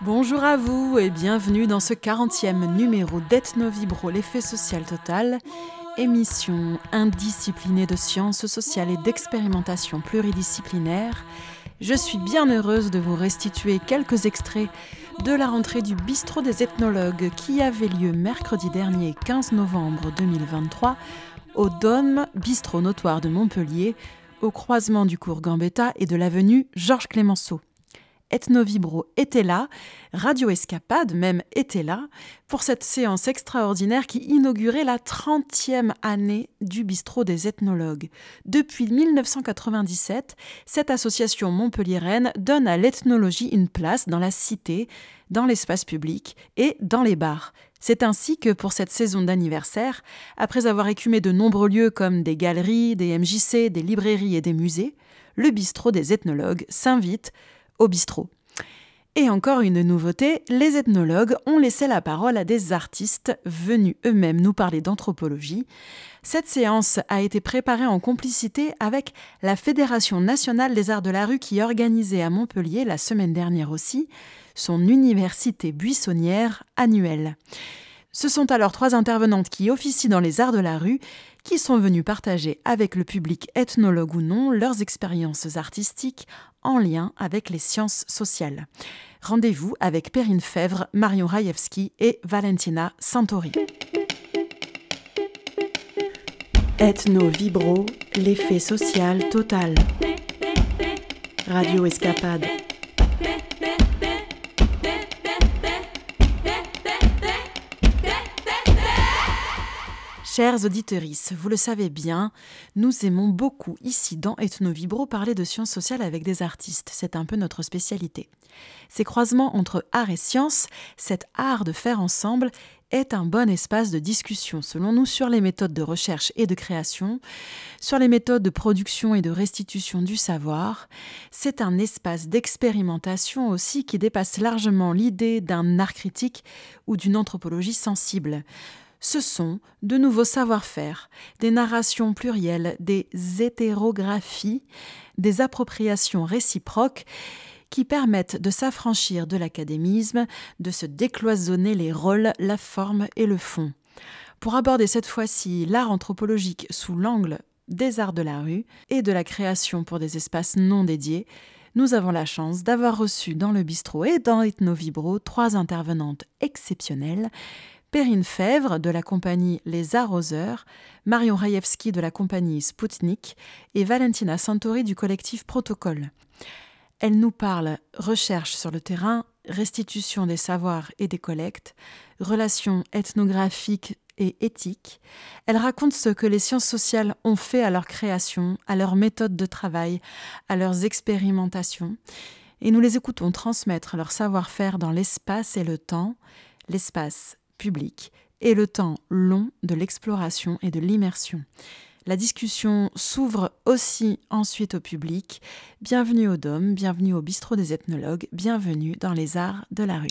Bonjour à vous et bienvenue dans ce 40e numéro d'Ethnovibro, l'effet social total, émission indisciplinée de sciences sociales et d'expérimentation pluridisciplinaire. Je suis bien heureuse de vous restituer quelques extraits de la rentrée du Bistrot des ethnologues qui avait lieu mercredi dernier 15 novembre 2023 au Dôme Bistrot Notoire de Montpellier, au croisement du cours Gambetta et de l'avenue Georges Clemenceau. Ethnovibro était là, Radio Escapade même était là, pour cette séance extraordinaire qui inaugurait la 30e année du Bistrot des ethnologues. Depuis 1997, cette association montpelliéraine donne à l'ethnologie une place dans la cité, dans l'espace public et dans les bars. C'est ainsi que pour cette saison d'anniversaire, après avoir écumé de nombreux lieux comme des galeries, des MJC, des librairies et des musées, le Bistrot des ethnologues s'invite au bistrot. Et encore une nouveauté, les ethnologues ont laissé la parole à des artistes venus eux-mêmes nous parler d'anthropologie. Cette séance a été préparée en complicité avec la Fédération nationale des arts de la rue qui organisait à Montpellier la semaine dernière aussi son université buissonnière annuelle. Ce sont alors 3 intervenantes qui officient dans les arts de la rue qui sont venues partager avec le public ethnologue ou non leurs expériences artistiques en lien avec les sciences sociales. Rendez-vous avec Perrine Fèvre, Marion Raïevski et Valentina Santori. Ethnovibro, l'effet social total. Radio Escapade. Chers auditeuristes, vous le savez bien, nous aimons beaucoup ici dans Ethnovibro parler de sciences sociales avec des artistes. C'est un peu notre spécialité. Ces croisements entre art et science, cet art de faire ensemble, est un bon espace de discussion, selon nous, sur les méthodes de recherche et de création, sur les méthodes de production et de restitution du savoir. C'est un espace d'expérimentation aussi qui dépasse largement l'idée d'un art critique ou d'une anthropologie sensible. Ce sont de nouveaux savoir-faire, des narrations plurielles, des hétérographies, des appropriations réciproques qui permettent de s'affranchir de l'académisme, de se décloisonner les rôles, la forme et le fond. Pour aborder cette fois-ci l'art anthropologique sous l'angle des arts de la rue et de la création pour des espaces non dédiés, nous avons la chance d'avoir reçu dans le bistrot et dans Ethnovibro 3 intervenantes exceptionnelles. Perrine Fèvre de la compagnie Les Arroseurs, Marion Raïevski de la compagnie Spoutnik et Valentina Santori du collectif Protocole. Elle nous parle recherche sur le terrain, restitution des savoirs et des collectes, relations ethnographiques et éthiques. Elle raconte ce que les sciences sociales ont fait à leur création, à leur méthode de travail, à leurs expérimentations. Et nous les écoutons transmettre leur savoir-faire dans l'espace et le temps, l'espace public et le temps long de l'exploration et de l'immersion. La discussion s'ouvre aussi ensuite au public. Bienvenue au Dôme, bienvenue au Bistrot des ethnologues, bienvenue dans les arts de la rue.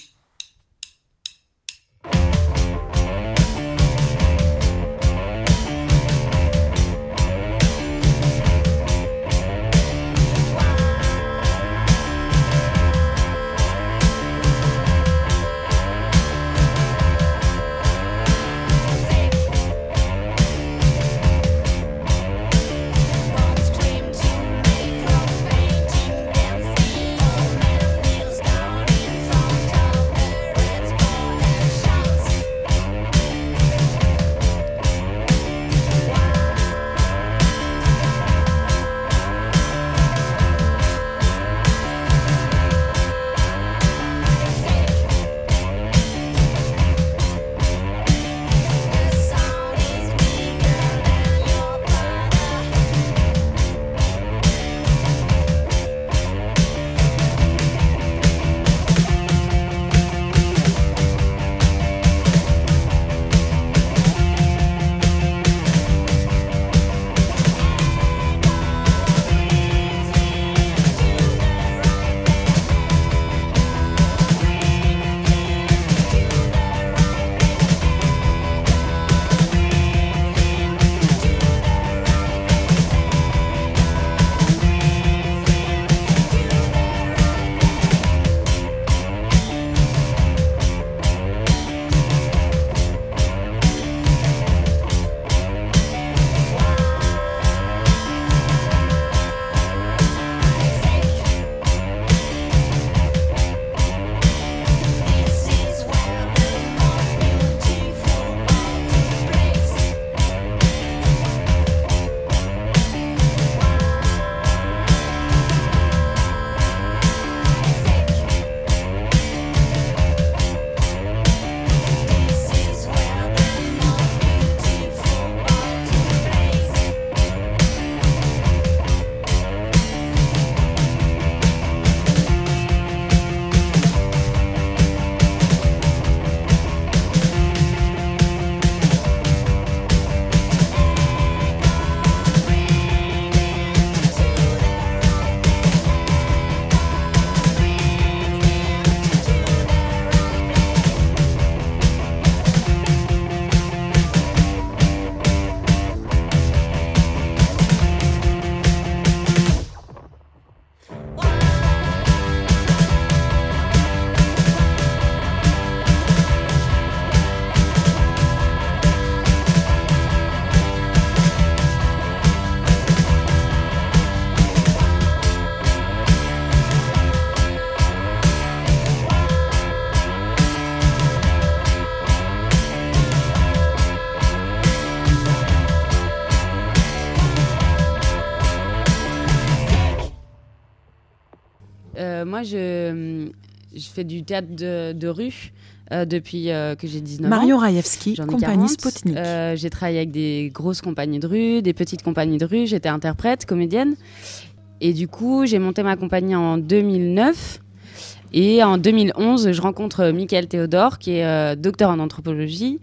Moi, je fais du théâtre de rue depuis que j'ai 19 ans. Marion Raïevski, compagnie 40. Spotnik. J'ai travaillé avec des grosses compagnies de rue, des petites compagnies de rue. J'étais interprète, comédienne. Et du coup, j'ai monté ma compagnie en 2009. Et en 2011, je rencontre Mickaël Théodore, qui est docteur en anthropologie.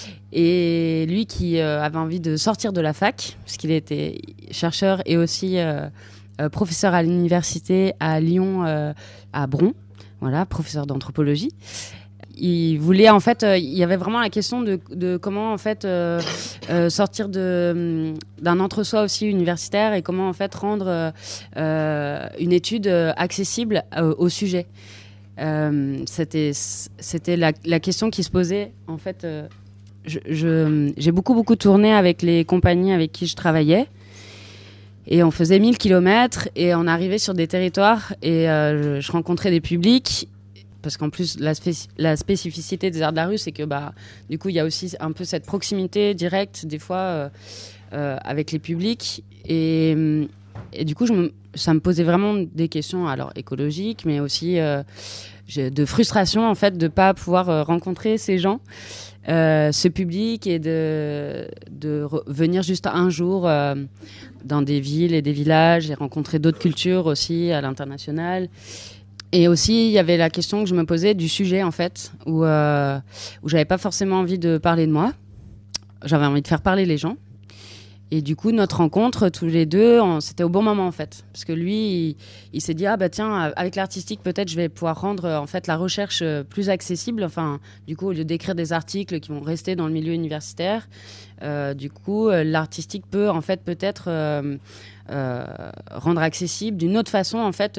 Et lui qui avait envie de sortir de la fac, puisqu'il était chercheur et aussi professeur à l'université à Lyon, à Bron. Voilà, professeur d'anthropologie. Il voulait en fait, il y avait vraiment la question de comment en fait sortir d'un entre-soi aussi universitaire et comment en fait rendre une étude accessible au sujet. C'était la question qui se posait en fait. J'ai beaucoup tourné avec les compagnies avec qui je travaillais. Et on faisait 1000 kilomètres et on arrivait sur des territoires et je rencontrais des publics. Parce qu'en plus, la spécificité des arts de la rue, c'est que du coup, il y a aussi un peu cette proximité directe, des fois, avec les publics. Et du coup, ça me posait vraiment des questions, alors écologiques, mais aussi de frustration, en fait, de ne pas pouvoir rencontrer ces gens, ce public, et de venir juste un jour dans des villes et des villages et rencontrer d'autres cultures aussi à l'international. Et aussi, il y avait la question que je me posais du sujet, en fait, où j'avais pas forcément envie de parler de moi. J'avais envie de faire parler les gens. Et du coup, notre rencontre, tous les deux, c'était au bon moment, en fait. Parce que lui, il s'est dit, tiens, avec l'artistique, peut-être je vais pouvoir rendre, en fait, la recherche plus accessible. Enfin, du coup, au lieu d'écrire des articles qui vont rester dans le milieu universitaire, du coup, l'artistique peut, en fait, peut-être rendre accessible d'une autre façon, en fait,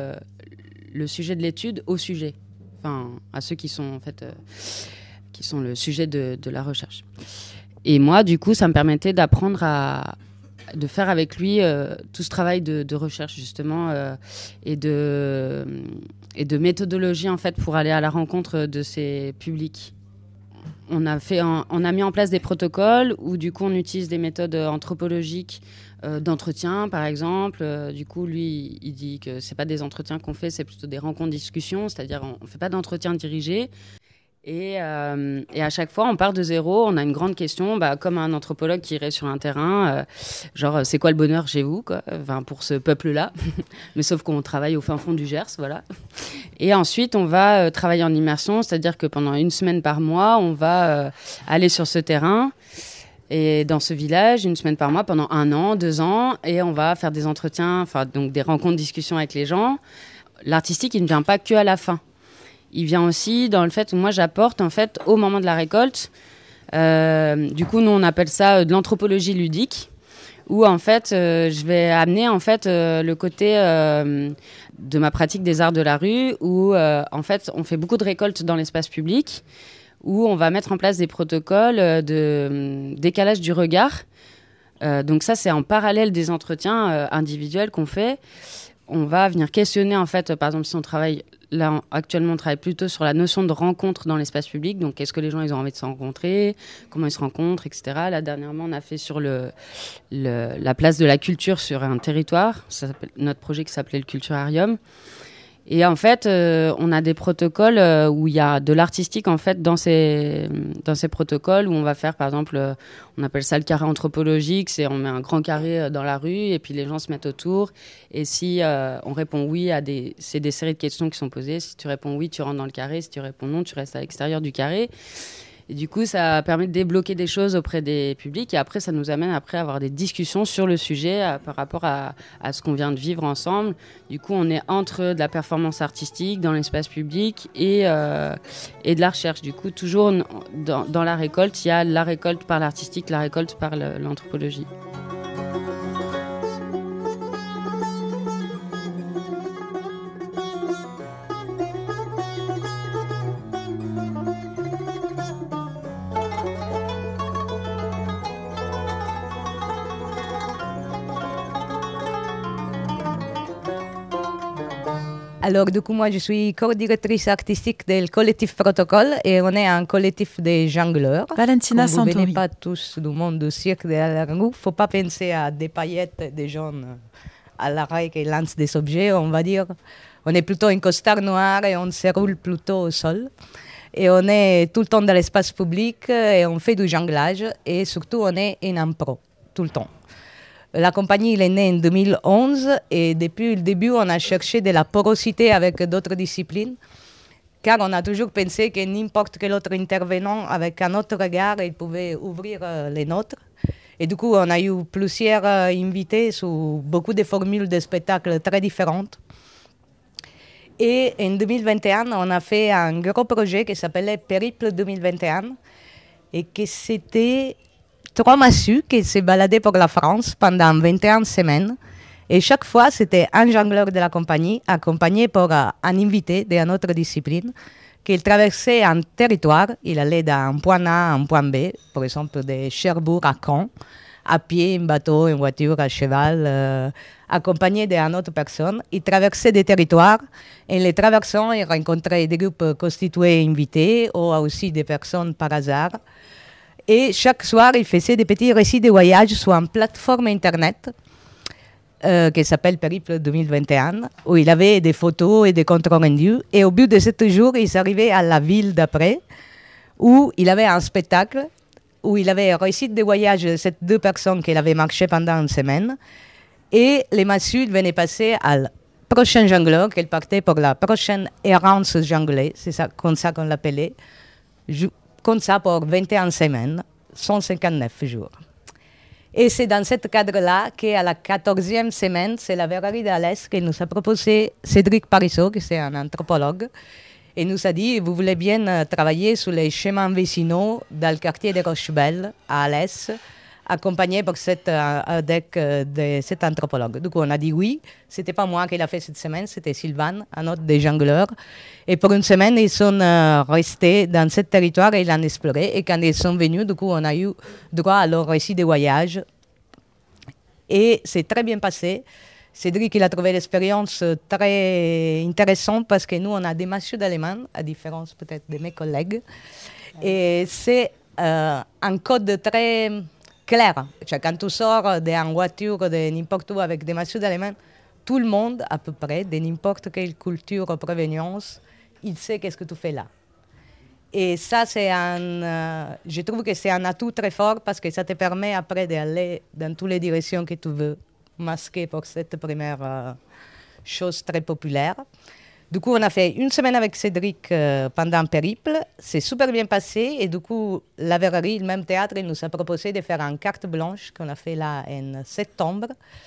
le sujet de l'étude au sujet, enfin à ceux qui sont en fait qui sont le sujet de la recherche. Et moi, du coup, ça me permettait d'apprendre de faire avec lui tout ce travail de recherche justement et de méthodologie en fait pour aller à la rencontre de ces publics. On a mis en place des protocoles où du coup on utilise des méthodes anthropologiques d'entretien par exemple. Du coup lui il dit que c'est pas des entretiens qu'on fait, c'est plutôt des rencontres discussions, c'est-à-dire on fait pas d'entretien dirigé. Et à chaque fois, on part de zéro. On a une grande question, comme un anthropologue qui irait sur un terrain, genre c'est quoi le bonheur chez vous, quoi, enfin, pour ce peuple-là. Mais sauf qu'on travaille au fin fond du Gers, voilà. Et ensuite, on va travailler en immersion, c'est-à-dire que pendant 1 semaine par mois, on va aller sur ce terrain et dans ce village 1 semaine par mois pendant 1 an, 2 ans, et on va faire des entretiens, enfin donc des rencontres, discussions avec les gens. L'artistique, il ne vient pas que à la fin. Il vient aussi dans le fait où moi j'apporte en fait au moment de la récolte. Du coup, nous on appelle ça de l'anthropologie ludique, où en fait je vais amener en fait le côté de ma pratique des arts de la rue, où en fait on fait beaucoup de récoltes dans l'espace public, où on va mettre en place des protocoles de décalage du regard. Donc ça c'est en parallèle des entretiens individuels qu'on fait. On va venir questionner en fait, par exemple si on travaille là actuellement on travaille plutôt sur la notion de rencontre dans l'espace public, donc est-ce que les gens ils ont envie de se rencontrer, comment ils se rencontrent, etc. Là dernièrement on a fait sur la place de la culture sur un territoire, ça s'appelle, notre projet qui s'appelait le Culturarium. Et en fait, on a des protocoles où il y a de l'artistique en fait dans ces protocoles, où on va faire par exemple, on appelle ça le carré anthropologique, c'est on met un grand carré dans la rue et puis les gens se mettent autour. Et si on répond oui c'est des séries de questions qui sont posées. Si tu réponds oui, tu rentres dans le carré. Si tu réponds non, tu restes à l'extérieur du carré. Et du coup, ça permet de débloquer des choses auprès des publics. Et après, ça nous amène après à avoir des discussions sur le sujet par rapport à ce qu'on vient de vivre ensemble. Du coup, on est entre de la performance artistique dans l'espace public et de la recherche. Du coup, toujours dans la récolte, il y a la récolte par l'artistique, la récolte par l'anthropologie. Alors, du coup, moi, je suis co-directrice artistique du collectif Protocole et on est un collectif de jongleurs. Valentina Comme vous Santori. venez pas tous du monde du cirque de la rue, il ne faut pas penser à des paillettes, des gens à l'arrêt qui lancent des objets. On va dire, On est plutôt un costard noir et on se roule plutôt au sol. Et on est tout le temps dans l'espace public et on fait du jonglage. Et surtout, on est en impro, tout le temps. La compagnie elle est née en 2011 et depuis le début, on a cherché de la porosité avec d'autres disciplines. Car on a toujours pensé que n'importe quel autre intervenant, avec un autre regard, il pouvait ouvrir les nôtres. Et du coup, on a eu plusieurs invités sur beaucoup de formules de spectacles très différentes. Et en 2021, on a fait un gros projet qui s'appelait Périple 2021 et que c'était 3 massues qui se baladaient pour la France pendant 21 semaines. Et chaque fois, c'était un jongleur de la compagnie accompagné par un invité d'une autre discipline qui traversait un territoire. Il allait d'un point A à un point B, par exemple de Cherbourg à Caen, à pied, en bateau, en voiture, à cheval, accompagné d'une autre personne. Il traversait des territoires. Et en les traversant, il rencontrait des groupes constitués invités ou aussi des personnes par hasard. Et chaque soir, il faisait des petits récits de voyage sur une plateforme Internet qui s'appelle Périple 2021, où il avait des photos et des comptes rendus. Et au bout de 7 jours, il s'arrivait à la ville d'après, où il avait un spectacle, où il avait un récit de voyage de ces 2 personnes qui avaient marché pendant une semaine. Et les massues venaient passer à la prochaine jongleur, qu'elle partait pour la prochaine errance jonglée, c'est ça, comme ça qu'on l'appelait, comme ça pour 21 semaines, 159 jours. Et c'est dans ce cadre-là qu'à la 14e semaine, c'est la verrerie d'Alès qui nous a proposé Cédric Parisot, qui est un anthropologue, et nous a dit, vous voulez bien travailler sur les chemins vécinaux dans le quartier de Rochebelle, à Alès, accompagné par avec de cet anthropologue. Du coup, on a dit oui. Ce n'était pas moi qui l'a fait cette semaine, c'était Sylvain, un autre des jongleurs. Et pour une semaine, ils sont restés dans ce territoire et ils l'ont exploré. Et quand ils sont venus, du coup, on a eu droit à leur récit de voyage. Et c'est très bien passé. Cédric, il a trouvé l'expérience très intéressante parce que nous, on a des massues d'allemand, à différence peut-être de mes collègues. Et c'est un code très clair. Quand tu sors d'une voiture de n'importe où avec des massues d'allemand, tout le monde, à peu près, de n'importe quelle culture ou prévenance, il sait qu'est-ce que tu fais là. Et ça, je trouve que c'est un atout très fort parce que ça te permet après d'aller dans toutes les directions que tu veux, masquer pour cette première chose très populaire. Du coup, on a fait une semaine avec Cédric pendant Périple. C'est super bien passé. Et du coup, la verrerie, le même théâtre, il nous a proposé de faire une carte blanche qu'on a fait là en septembre,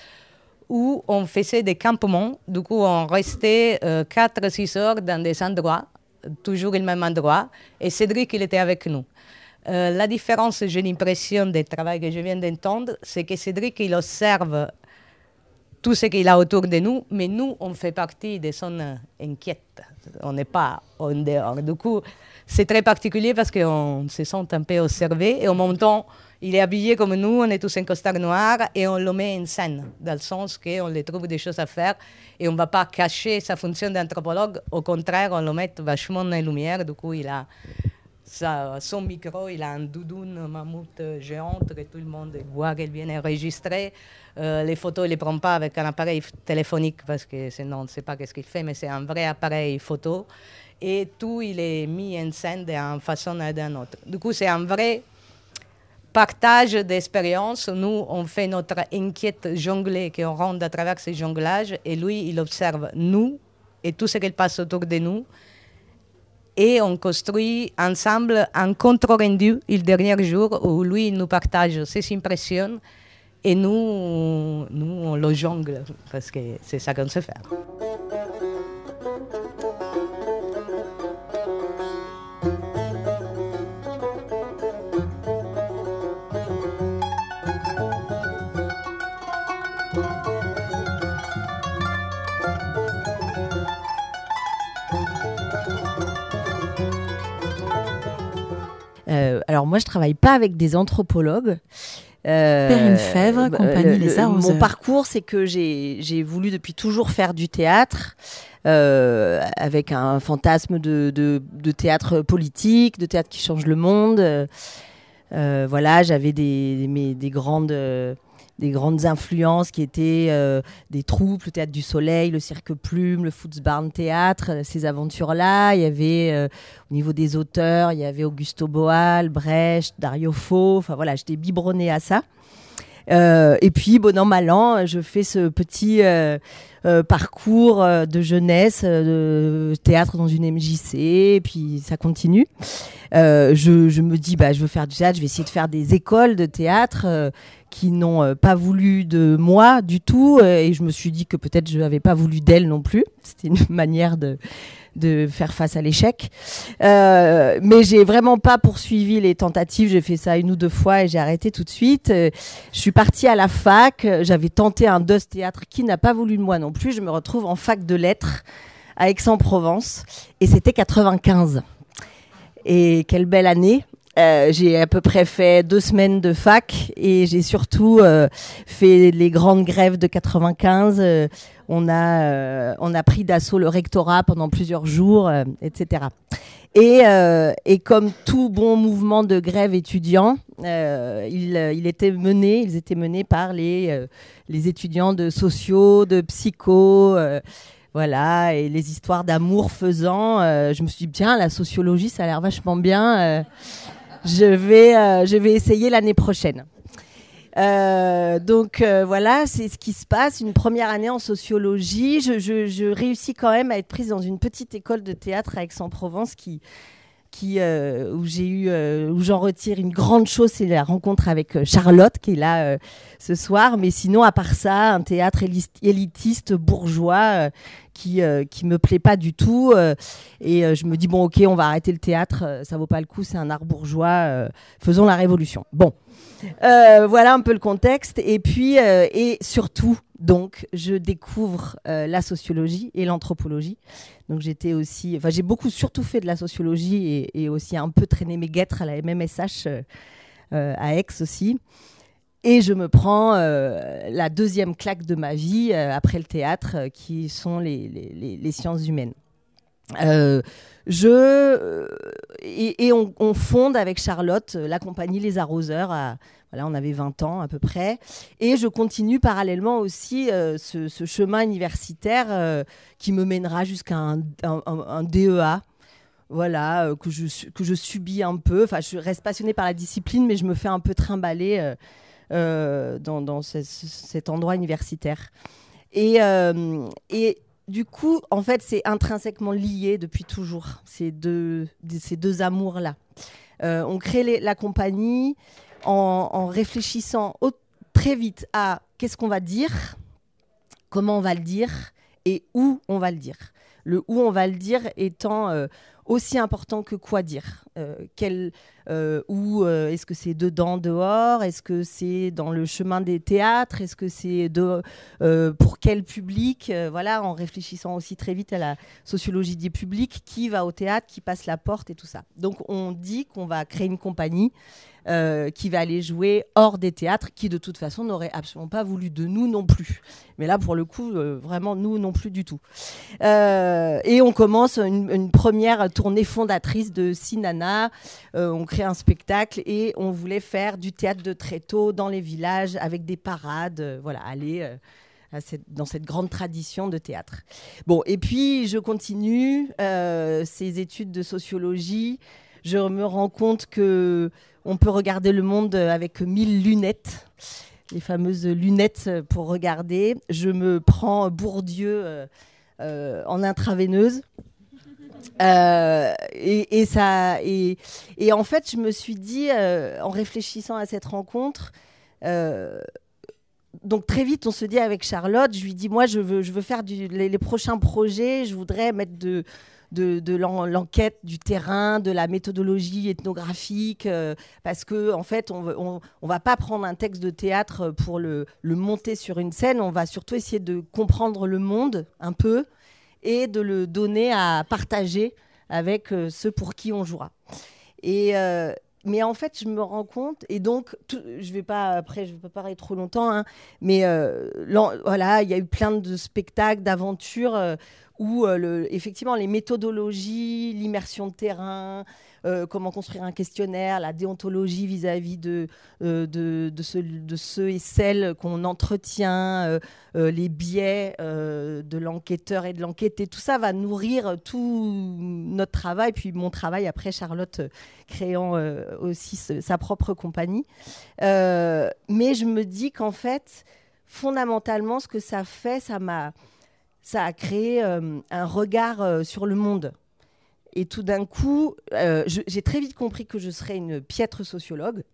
où on faisait des campements. Du coup, on restait 4-6 heures dans des endroits, toujours le même endroit. Et Cédric, il était avec nous. La différence, j'ai l'impression, du travail que je viens d'entendre, c'est que Cédric, il observe tout ce qu'il a autour de nous, mais nous, on fait partie de son inquiète. On n'est pas en dehors. Du coup, c'est très particulier parce qu'on se sent un peu observé et en même temps, il est habillé comme nous, on est tous en costard noir et on le met en scène, dans le sens qu'on lui trouve des choses à faire et on ne va pas cacher sa fonction d'anthropologue. Au contraire, on le met vachement en lumière. Du coup, il a son micro, il a un doudoune mammouth géante que tout le monde voit qu'elle vient enregistrer. Les photos, il ne les prend pas avec un appareil téléphonique parce que sinon on ne sait pas qu'est-ce qu'il fait, mais c'est un vrai appareil photo. Et tout, il est mis en scène d'une façon ou d'une autre. Du coup, c'est un vrai partage d'expérience. Nous, on fait notre enquête jonglée qu'on rend à travers ces jonglages et lui, il observe nous et tout ce qui passe autour de nous. Et on construit ensemble un compte rendu le dernier jour où lui il nous partage ses impressions et nous on le jongle parce que c'est ça qu'on sait faire. Alors moi, je travaille pas avec des anthropologues. Perrine Fèvre, compagnie Les Arroseurs. Mon parcours, c'est que j'ai voulu depuis toujours faire du théâtre, avec un fantasme de théâtre politique, de théâtre qui change le monde. Voilà, j'avais des grandes grandes influences qui étaient des troupes, le Théâtre du Soleil, le Cirque Plume, le Footsbarn Théâtre, ces aventures-là. Il y avait, au niveau des auteurs, il y avait Augusto Boal, Brecht, Dario Fo. Enfin voilà, j'étais biberonnée à ça. Et puis, bon an, mal an, je fais ce petit parcours de jeunesse, de théâtre dans une MJC, et puis ça continue. Je me dis, je veux faire du théâtre, je vais essayer de faire des écoles de théâtre qui n'ont pas voulu de moi du tout, et je me suis dit que peut-être je n'avais pas voulu d'elles non plus. C'était une manière de faire face à l'échec. Mais j'ai vraiment pas poursuivi les tentatives. J'ai fait ça 1 ou 2 fois et j'ai arrêté tout de suite. Je suis partie à la fac. J'avais tenté un DOS théâtre qui n'a pas voulu de moi non plus. Je me retrouve en fac de lettres à Aix-en-Provence et c'était 95. Et quelle belle année! J'ai à peu près fait 2 semaines de fac et j'ai surtout fait les grandes grèves de 95. On a pris d'assaut le rectorat pendant plusieurs jours, etc. Et comme tout bon mouvement de grève étudiant, ils étaient menés par les étudiants de sociaux, de psycho. Voilà, et les histoires d'amour faisant, je me suis dit, tiens, la sociologie, ça a l'air vachement bien. Je vais essayer l'année prochaine. Donc voilà, c'est ce qui se passe. Une première année en sociologie. Je réussis quand même à être prise dans une petite école de théâtre à Aix-en-Provence où j'en retire une grande chose, c'est la rencontre avec Charlotte qui est là ce soir. Mais sinon, à part ça, un théâtre élitiste, bourgeois, qui me plaît pas du tout. Et je me dis, bon, ok, on va arrêter le théâtre, ça vaut pas le coup, c'est un art bourgeois, faisons la révolution. Bon, voilà un peu le contexte. Et puis, et surtout, donc, je découvre la sociologie et l'anthropologie. Donc, j'ai surtout fait de la sociologie et aussi un peu traîné mes guêtres à la MMSH à Aix aussi. Et je me prends la 2e claque de ma vie après le théâtre, qui sont les sciences humaines. On fonde avec Charlotte la compagnie Les Arroseurs. Voilà, on avait 20 ans à peu près. Et je continue parallèlement aussi ce chemin universitaire qui me mènera jusqu'à un DEA. Voilà, que je subis un peu. Enfin, je reste passionnée par la discipline, mais je me fais un peu trimballer dans cet endroit universitaire. Et du coup, en fait, c'est intrinsèquement lié depuis toujours, ces deux amours-là. On crée la compagnie en réfléchissant très vite à qu'est-ce qu'on va dire, comment on va le dire et où on va le dire. Le où on va le dire étant aussi important que quoi dire. Est-ce que c'est dedans, dehors? Est-ce que c'est dans le chemin des théâtres? Est-ce que c'est pour quel public? Voilà, en réfléchissant aussi très vite à la sociologie des publics, qui va au théâtre, qui passe la porte et tout ça. Donc on dit qu'on va créer une compagnie qui va aller jouer hors des théâtres, qui de toute façon n'aurait absolument pas voulu de nous non plus. Mais là, pour le coup, vraiment, nous non plus du tout. Et on commence une première tournée fondatrice de Sinana. On crée un spectacle et on voulait faire du théâtre de tréteaux dans les villages avec des parades, voilà, aller dans cette grande tradition de théâtre. Bon, et puis je continue ces études de sociologie. Je me rends compte que on peut regarder le monde avec 1000 lunettes, les fameuses lunettes pour regarder. Je me prends Bourdieu en intraveineuse. Et en fait, je me suis dit, en réfléchissant à cette rencontre, donc très vite, on se dit avec Charlotte, je lui dis, moi, je veux faire les prochains projets, je voudrais mettre de l'enquête, du terrain, de la méthodologie ethnographique, parce que en fait, on va pas prendre un texte de théâtre pour le monter sur une scène, on va surtout essayer de comprendre le monde un peu et de le donner à partager avec ceux pour qui on jouera. Mais en fait, je me rends compte, et donc, je vais pas parler trop longtemps, hein, mais voilà, il y a eu plein de spectacles, d'aventures où effectivement les méthodologies, l'immersion de terrain, comment construire un questionnaire, la déontologie vis-à-vis de ceux et celles qu'on entretient, les biais de l'enquêteur et de l'enquêté, tout ça va nourrir tout notre travail, puis mon travail après, Charlotte créant aussi sa propre compagnie. Mais je me dis qu'en fait, fondamentalement, ce que ça fait, ça a créé un regard sur le monde. Et tout d'un coup, j'ai très vite compris que je serais une piètre sociologue.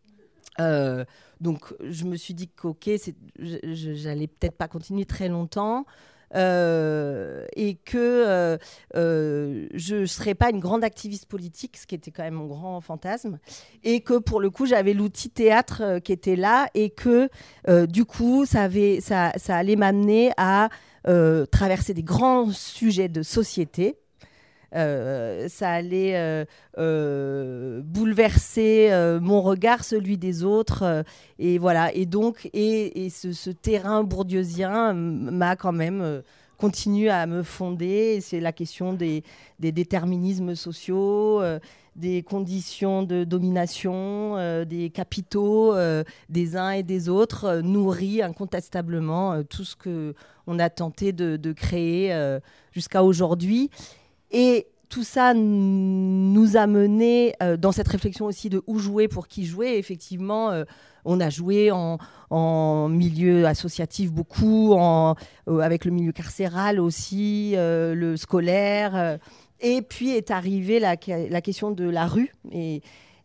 Donc, je me suis dit qu'ok, j'allais peut-être pas continuer très longtemps. Et que je ne serais pas une grande activiste politique, ce qui était quand même mon grand fantasme, et que pour le coup j'avais l'outil théâtre qui était là, et que du coup ça allait m'amener à traverser des grands sujets de société. Ça allait bouleverser mon regard, celui des autres, et voilà. Et donc, ce terrain bourdieusien m'a quand même continué à me fonder. C'est la question des déterminismes sociaux, des conditions de domination, des capitaux des uns et des autres, nourrit incontestablement tout ce que on a tenté de créer jusqu'à aujourd'hui. Et tout ça nous a menés dans cette réflexion aussi de où jouer, pour qui jouer. Effectivement, on a joué en milieu associatif beaucoup, avec le milieu carcéral aussi, le scolaire. Et puis est arrivée la question de la rue. Et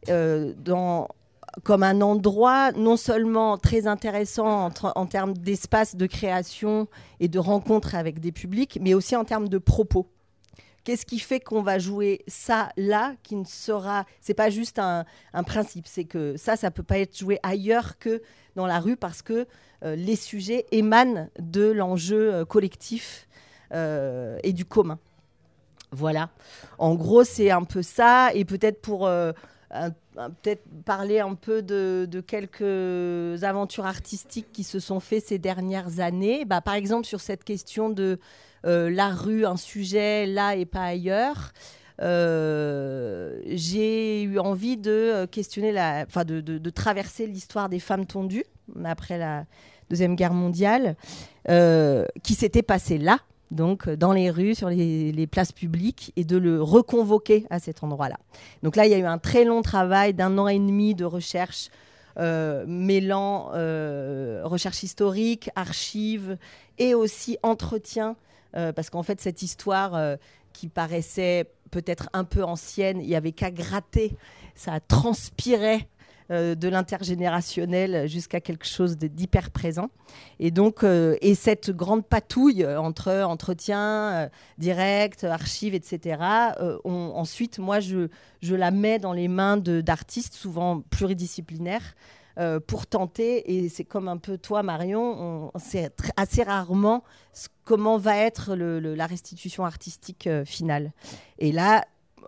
comme un endroit non seulement très intéressant en termes d'espace de création et de rencontres avec des publics, mais aussi en termes de propos. Qu'est-ce qui fait qu'on va jouer ça là, qui ne sera... C'est pas juste un principe, c'est que ça peut pas être joué ailleurs que dans la rue, parce que les sujets émanent de l'enjeu collectif et du commun. Voilà. En gros, c'est un peu ça. Et peut-être pour peut-être parler un peu de quelques aventures artistiques qui se sont faites ces dernières années. Par exemple, sur cette question de la rue, un sujet là et pas ailleurs, j'ai eu envie de questionner, de traverser l'histoire des femmes tondues après la Deuxième Guerre mondiale, qui s'était passée là, donc dans les rues, sur les places publiques, et de le reconvoquer à cet endroit-là. Donc là, il y a eu un très long travail d'1 an et demi de recherche, mêlant recherche historique, archives et aussi entretien, parce qu'en fait, cette histoire qui paraissait peut-être un peu ancienne, il n'y avait qu'à gratter, ça transpirait de l'intergénérationnel jusqu'à quelque chose d'hyper présent. Et donc, et cette grande patouille entre entretien direct, archives, etc., ensuite, moi, je la mets dans les mains d'artistes, souvent pluridisciplinaires, pour tenter, et c'est comme un peu toi, Marion, on sait assez rarement comment va être la restitution artistique finale. Et là,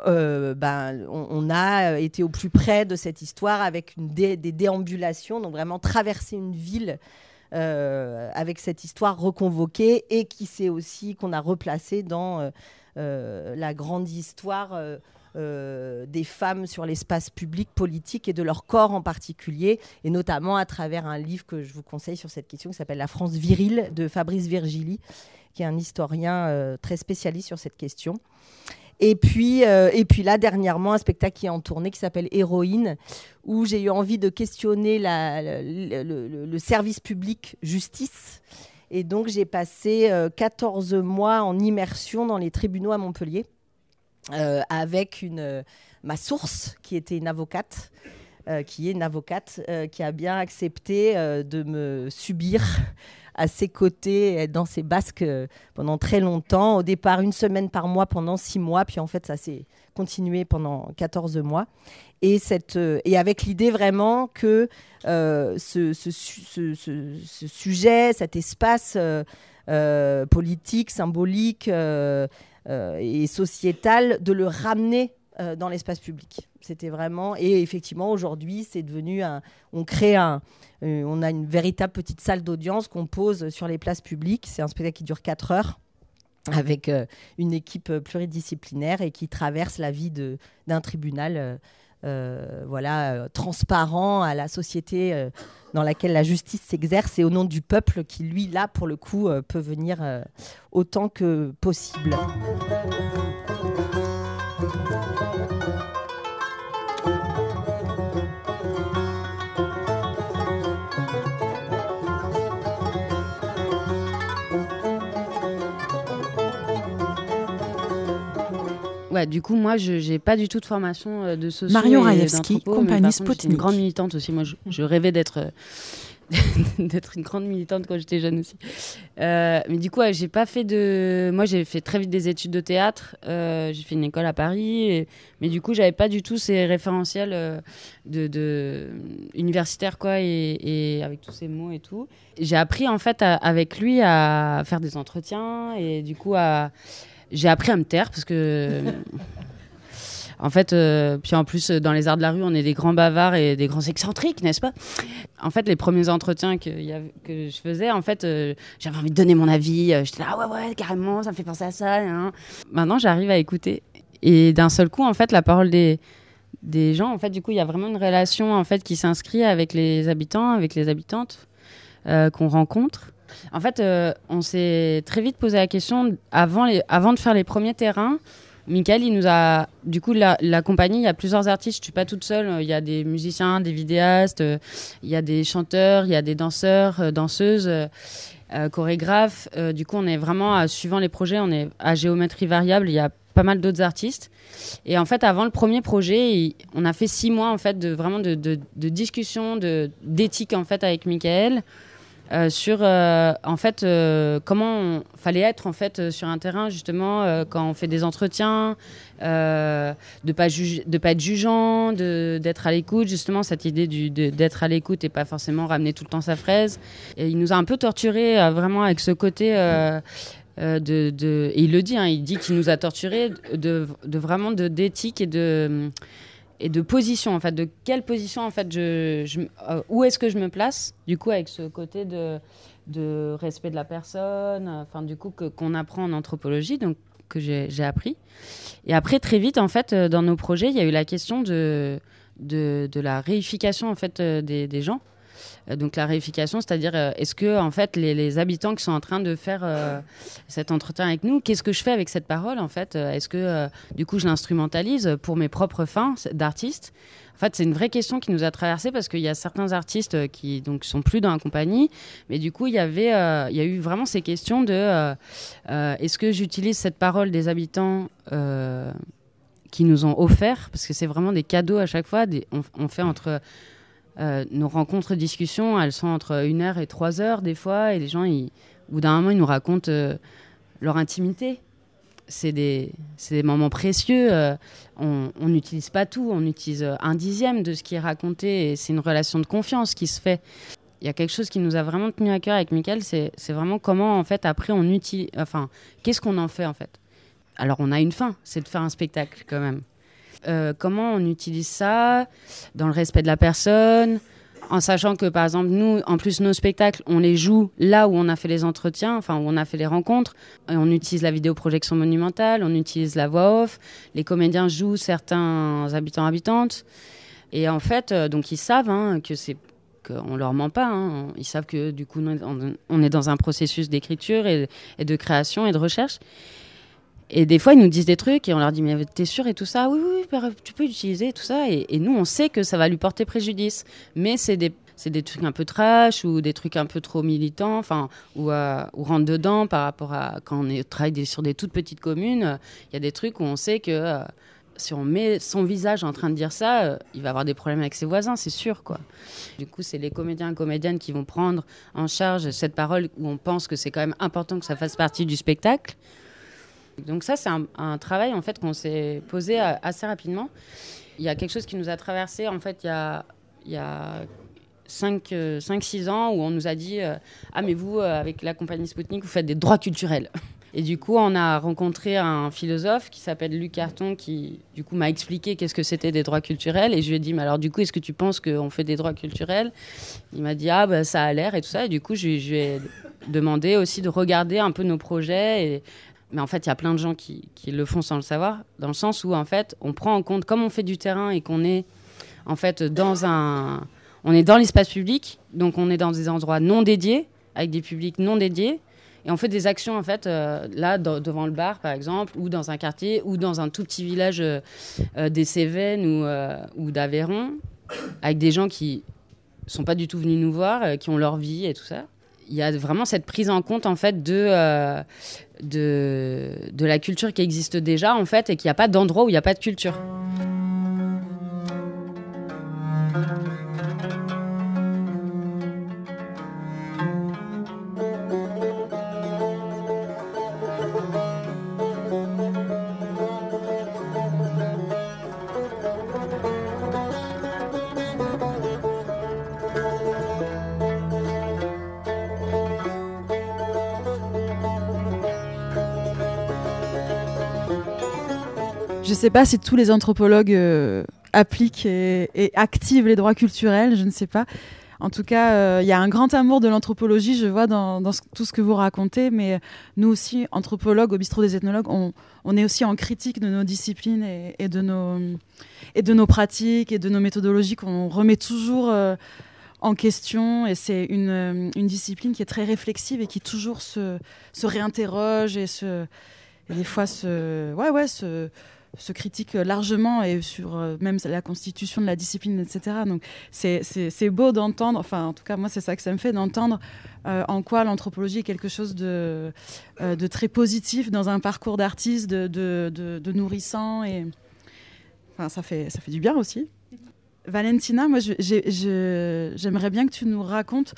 on a été au plus près de cette histoire avec des déambulations, donc vraiment traverser une ville avec cette histoire reconvoquée, et qu'on a replacée dans la grande histoire des femmes sur l'espace public politique et de leur corps en particulier, et notamment à travers un livre que je vous conseille sur cette question qui s'appelle La France virile de Fabrice Virgili, qui est un historien très spécialiste sur cette question. Et puis là, dernièrement, un spectacle qui est en tournée qui s'appelle Héroïne, où j'ai eu envie de questionner le service public justice. Et donc, j'ai passé 14 mois en immersion dans les tribunaux à Montpellier, avec ma source, qui était une avocate, qui a bien accepté de me subir à ses côtés, dans ses basques pendant très longtemps. Au départ, 1 semaine par mois pendant 6 mois, puis en fait, ça s'est continué pendant 14 mois. Et avec l'idée vraiment que ce sujet, cet espace politique, symbolique et sociétal, de le ramener dans l'espace public. C'était vraiment... Et effectivement, aujourd'hui, c'est devenu on a une véritable petite salle d'audience qu'on pose sur les places publiques. C'est un spectacle qui dure 4 heures. avec une équipe pluridisciplinaire et qui traverse la vie d'un tribunal transparent à la société dans laquelle la justice s'exerce et au nom du peuple qui, lui, là, pour le coup, peut venir autant que possible. Ouais, du coup, moi, je n'ai pas du tout de formation de socio. Marion Raïevski, compagnie Spoutnik. J'étais une grande militante aussi. Moi, je rêvais d'être une grande militante quand j'étais jeune aussi. Mais du coup, ouais, j'ai pas fait de. Moi, j'ai fait très vite des études de théâtre. J'ai fait une école à Paris. Mais du coup, j'avais pas du tout ces référentiels universitaires, quoi, et avec tous ces mots et tout. J'ai appris, en fait, avec lui à faire des entretiens et du coup, j'ai appris à me taire parce que. En fait, puis en plus, dans les arts de la rue, on est des grands bavards et des grands excentriques, n'est-ce pas ? En fait, les premiers entretiens que je faisais, en fait, j'avais envie de donner mon avis. J'étais là, ouais, carrément, ça me fait penser à ça. Hein. Maintenant, j'arrive à écouter. Et d'un seul coup, en fait, la parole des gens, en fait, du coup, il y a vraiment une relation, en fait, qui s'inscrit avec les habitants, avec les habitantes qu'on rencontre. En fait, on s'est très vite posé la question, avant de faire les premiers terrains, Michael, il nous a... Du coup, la compagnie, il y a plusieurs artistes, je ne suis pas toute seule. Il y a des musiciens, des vidéastes, il y a des chanteurs, il y a des danseurs, danseuses, chorégraphes. Du coup, on est vraiment, suivant les projets, on est à géométrie variable. Il y a pas mal d'autres artistes. Et en fait, avant le premier projet, on a fait 6 mois en fait, de discussion, d'éthique en fait, avec Michael. Sur en fait comment fallait être en fait sur un terrain justement quand on fait des entretiens, de pas être jugeant, d'être à l'écoute, justement cette idée d'être à l'écoute et pas forcément ramener tout le temps sa fraise. Et il nous a un peu torturés vraiment avec ce côté et il le dit, hein, il dit qu'il nous a torturés vraiment d'éthique et de position, en fait, de quelle position, en fait, où est-ce que je me place, du coup, avec ce côté de respect de la personne, enfin, du coup, qu'on apprend en anthropologie, donc, que j'ai appris. Et après, très vite, en fait, dans nos projets, il y a eu la question de la réification, en fait, des gens. Donc la réification, c'est-à-dire est-ce que en fait les habitants qui sont en train de faire cet entretien avec nous, qu'est-ce que je fais avec cette parole en fait, est-ce que du coup je l'instrumentalise pour mes propres fins d'artiste? En fait, c'est une vraie question qui nous a traversé parce qu'il y a certains artistes qui donc sont plus dans la compagnie, mais du coup il y a eu vraiment ces questions de est-ce que j'utilise cette parole des habitants qui nous ont offert, parce que c'est vraiment des cadeaux à chaque fois, on fait entre nos rencontres discussions, elles sont entre 1 heure et 3 heures des fois, et les gens, au bout d'un moment, ils nous racontent leur intimité. C'est des moments précieux. On n'utilise pas tout, on utilise 1/10 de ce qui est raconté, et c'est une relation de confiance qui se fait. Il y a quelque chose qui nous a vraiment tenu à cœur avec Michael, c'est vraiment comment, en fait, après, on utilise... Enfin, qu'est-ce qu'on en fait, en fait ? Alors, on a une fin, c'est de faire un spectacle, quand même. Comment on utilise ça dans le respect de la personne, en sachant que par exemple nous, en plus nos spectacles, on les joue là où on a fait les entretiens, enfin où on a fait les rencontres, et on utilise la vidéoprojection monumentale, on utilise la voix off, les comédiens jouent certains habitantes, et en fait donc ils savent qu'on leur ment pas, hein. Ils savent que du coup on est dans un processus d'écriture et de création et de recherche. Et des fois, ils nous disent des trucs et on leur dit « Mais t'es sûr et tout ça ?»« Oui, tu peux utiliser tout ça. » Et nous, on sait que ça va lui porter préjudice. Mais c'est des trucs un peu trash ou des trucs un peu trop militants, enfin, ou rentre dedans par rapport à quand on travaille sur des toutes petites communes. Il y a des trucs où on sait que si on met son visage en train de dire ça, il va avoir des problèmes avec ses voisins, c'est sûr, quoi. Du coup, c'est les comédiens et comédiennes qui vont prendre en charge cette parole où on pense que c'est quand même important que ça fasse partie du spectacle. Donc ça, c'est un travail en fait qu'on s'est posé assez rapidement. Il y a quelque chose qui nous a traversé en fait il y a 5-6 ans où on nous a dit ah mais vous avec la compagnie Spoutnik vous faites des droits culturels. Et du coup on a rencontré un philosophe qui s'appelle Luc Carton qui du coup m'a expliqué qu'est-ce que c'était des droits culturels et je lui ai dit mais alors du coup est-ce que tu penses qu'on fait des droits culturels? Il m'a dit ah bah ça a l'air et tout ça et du coup je lui ai demandé aussi de regarder un peu nos projets et Mais en fait, il y a plein de gens qui le font sans le savoir, dans le sens où en fait, on prend en compte, comme on fait du terrain et qu'on est en fait on est dans l'espace public, donc on est dans des endroits non dédiés, avec des publics non dédiés, et on fait des actions en fait là devant le bar par exemple, ou dans un quartier, ou dans un tout petit village des Cévennes ou d'Aveyron, avec des gens qui sont pas du tout venus nous voir, qui ont leur vie et tout ça. Il y a vraiment cette prise en compte en fait de la culture qui existe déjà en fait, et qu'il n'y a pas d'endroit où il n'y a pas de culture. Je ne sais pas si tous les anthropologues appliquent et activent les droits culturels, je ne sais pas. En tout cas, il y a un grand amour de l'anthropologie, je vois dans tout ce que vous racontez, mais nous aussi, anthropologues, au bistrot des ethnologues, on est aussi en critique de nos disciplines et de nos pratiques et de nos méthodologies qu'on remet toujours en question. Et c'est une discipline qui est très réflexive et qui toujours se réinterroge et des fois se critique largement et sur même la constitution de la discipline, etc. Donc c'est beau d'entendre, enfin en tout cas moi c'est ça que ça me fait, d'entendre en quoi l'anthropologie est quelque chose de très positif dans un parcours d'artiste, de nourrissant, et enfin, ça fait du bien aussi. Valentina, moi j'aimerais bien que tu nous racontes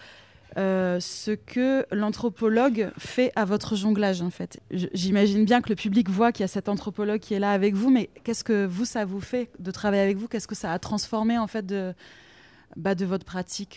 ce que l'anthropologue fait à votre jonglage, en fait. J'imagine bien que le public voit qu'il y a cet anthropologue qui est là avec vous, mais qu'est-ce que ça vous fait de travailler avec vous? Qu'est-ce que ça a transformé, en fait, de votre pratique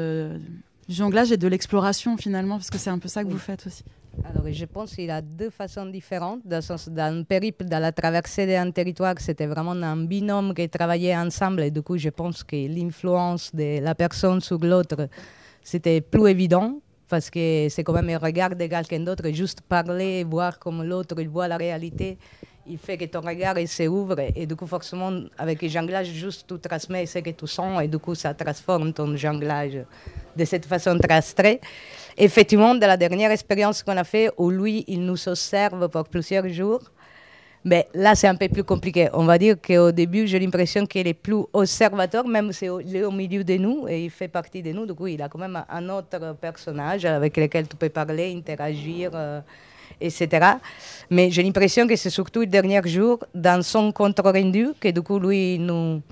du jonglage et de l'exploration, finalement, parce que c'est un peu ça que vous faites aussi. Alors, je pense qu'il y a deux façons différentes. Dans le périple, dans la traversée d'un territoire, c'était vraiment un binôme qui travaillait ensemble. Et du coup, je pense que l'influence de la personne sur l'autre, c'était plus évident, parce que c'est quand même un regard de quelqu'un d'autre, et juste parler, voir comme l'autre il voit la réalité, il fait que ton regard il s'ouvre, et du coup forcément avec le jonglage, juste tu transmets ce que tu sens, et du coup ça transforme ton jonglage de cette façon très abstraite. Effectivement, dans la dernière expérience qu'on a fait, où lui il nous observe pour plusieurs jours, mais là, c'est un peu plus compliqué. On va dire qu'au début, j'ai l'impression qu'il est plus observateur, même s'il est au milieu de nous et il fait partie de nous. Du coup, il a quand même un autre personnage avec lequel tu peux parler, interagir, etc. Mais j'ai l'impression que c'est surtout le dernier jour, dans son compte rendu, que du coup, lui,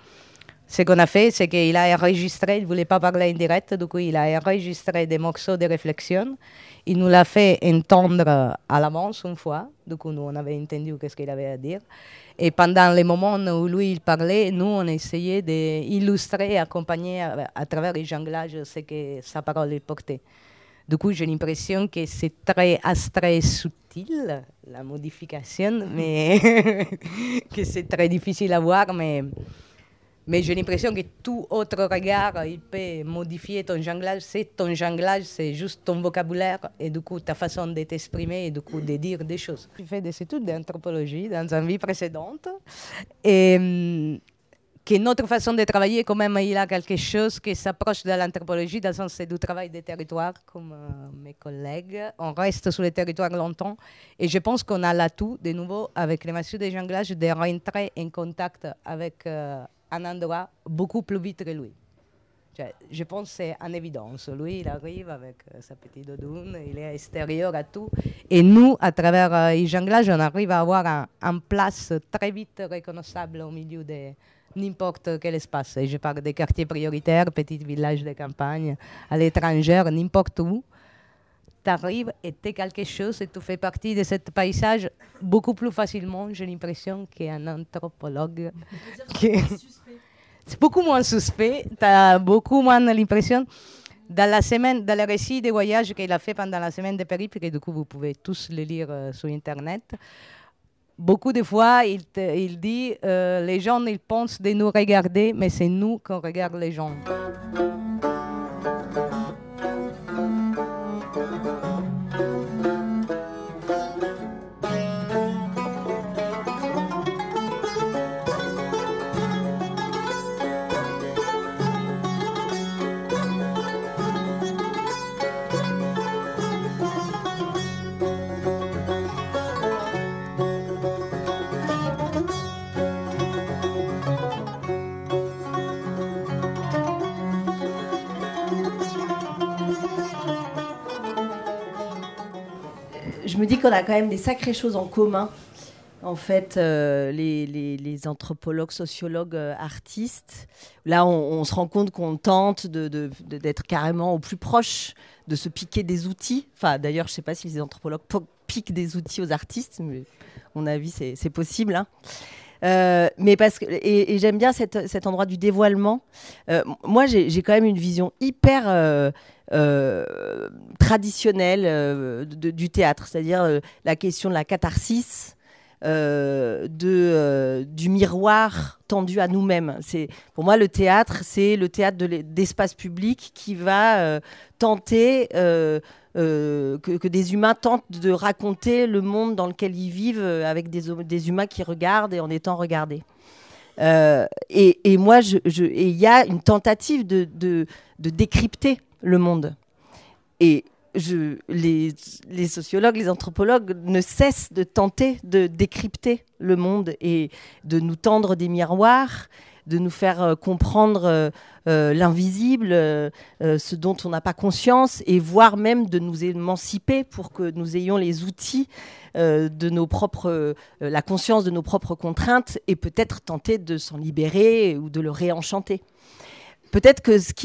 ce qu'on a fait, c'est qu'il a enregistré, il ne voulait pas parler en direct, du coup, il a enregistré des morceaux de réflexion. Il nous l'a fait entendre à l'avance une fois, du coup, nous, on avait entendu ce qu'il avait à dire. Et pendant les moments où lui, il parlait, nous, on essayait d'illustrer, accompagner à travers les jonglages ce que sa parole portait. Du coup, j'ai l'impression que c'est très subtil, la modification, mais que c'est très difficile à voir, mais j'ai l'impression que tout autre regard, il peut modifier ton jonglage. Ton jonglage, c'est juste ton vocabulaire et du coup ta façon de t'exprimer et du coup de dire des choses. J'ai fait des études d'anthropologie dans une vie précédente et que notre façon de travailler, quand même, il a quelque chose qui s'approche de l'anthropologie, dans le sens c'est du travail des territoires, comme mes collègues. On reste sur les territoires longtemps et je pense qu'on a l'atout, de nouveau, avec les messieurs de jonglage, de rentrer en contact avec un endroit beaucoup plus vite que lui. Je pense que c'est en évidence. Lui, il arrive avec sa petite doudoune, il est extérieur à tout. Et nous, à travers le jonglage, on arrive à avoir une place très vite reconnaissable au milieu de n'importe quel espace. Et je parle des quartiers prioritaires, petits villages de campagne, à l'étranger, n'importe où. Tu arrives et tu es quelque chose et tu fais partie de ce paysage beaucoup plus facilement, j'ai l'impression, qu'un anthropologue. C'est beaucoup moins suspect, tu as beaucoup moins l'impression. Dans le récit des voyages qu'il a fait pendant la semaine de périple, et du coup vous pouvez tous le lire sur Internet, beaucoup de fois il dit les gens ils pensent de nous regarder, mais c'est nous qu'on regarde les gens. me dis qu'on a quand même des sacrées choses en commun. En fait, les anthropologues, sociologues, artistes, là, on se rend compte qu'on tente d'être carrément au plus proche, de se piquer des outils. Enfin, d'ailleurs, je ne sais pas si les anthropologues piquent des outils aux artistes, mais à mon avis, c'est possible. Hein. Mais et j'aime bien cet endroit du dévoilement. Moi, j'ai quand même une vision hyper traditionnelle du théâtre, c'est-à-dire la question de la catharsis. Du miroir tendu à nous-mêmes. Pour moi, le théâtre, c'est le théâtre d'espace public qui va tenter que des humains tentent de raconter le monde dans lequel ils vivent avec des humains qui regardent et en étant regardés. Et moi, il y a une tentative de décrypter le monde. Et les sociologues, les anthropologues ne cessent de tenter de décrypter le monde et de nous tendre des miroirs, de nous faire comprendre l'invisible, ce dont on n'a pas conscience, et voire même de nous émanciper pour que nous ayons les outils la conscience de nos propres contraintes et peut-être tenter de s'en libérer ou de le réenchanter. Peut-être que ce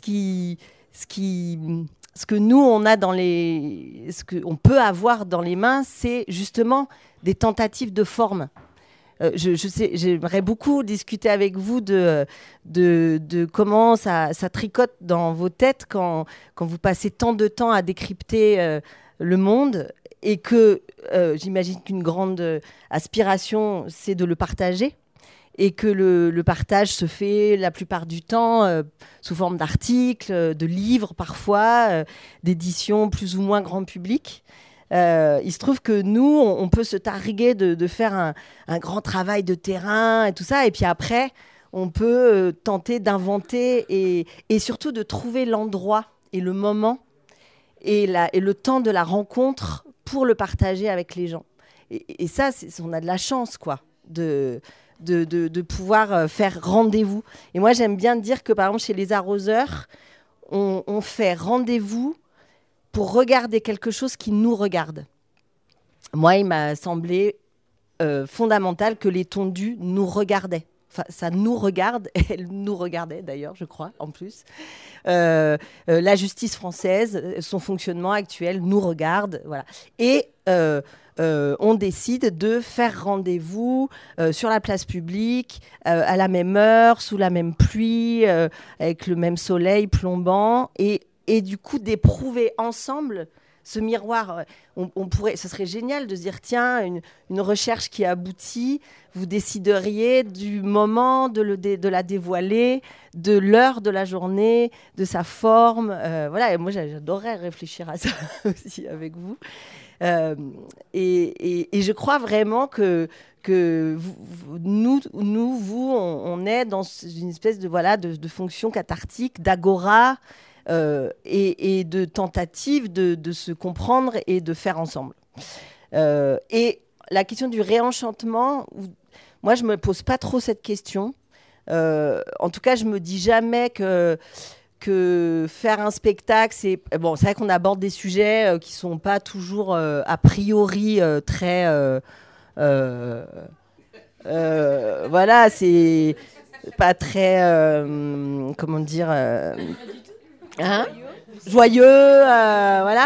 que nous, ce qu'on peut avoir dans les mains, c'est justement des tentatives de forme. J'aimerais beaucoup discuter avec vous de comment ça tricote dans vos têtes quand vous passez tant de temps à décrypter le monde et que j'imagine qu'une grande aspiration, c'est de le partager. Et que le partage se fait la plupart du temps sous forme d'articles, de livres parfois, d'éditions plus ou moins grand public. Il se trouve que nous, on peut se targuer de faire un grand travail de terrain et tout ça, et puis après, on peut tenter d'inventer et surtout de trouver l'endroit et le moment et le temps de la rencontre pour le partager avec les gens. Et ça, on a de la chance, quoi, de pouvoir faire rendez-vous. Et moi, j'aime bien dire que, par exemple, chez les arroseurs, on fait rendez-vous pour regarder quelque chose qui nous regarde. Moi, il m'a semblé fondamental que les tondus nous regardaient. Enfin, ça nous regarde, elle nous regardait d'ailleurs, je crois, en plus. La justice française, son fonctionnement actuel nous regarde, voilà. Et on décide de faire rendez-vous sur la place publique, à la même heure, sous la même pluie, avec le même soleil plombant, et du coup d'éprouver ensemble ce miroir. Ce serait génial de se dire, tiens, une recherche qui aboutit, vous décideriez du moment de la dévoiler, de l'heure de la journée, de sa forme. Voilà, et moi j'adorerais réfléchir à ça aussi avec vous. Et je crois vraiment que on est dans une espèce de fonction cathartique, d'agora, et de tentative de se comprendre et de faire ensemble. Et la question du réenchantement, moi je me pose pas trop cette question. En tout cas, je me dis jamais que faire un spectacle, c'est vrai qu'on aborde des sujets qui sont pas toujours a priori très voilà, c'est pas très comment dire joyeux, voilà.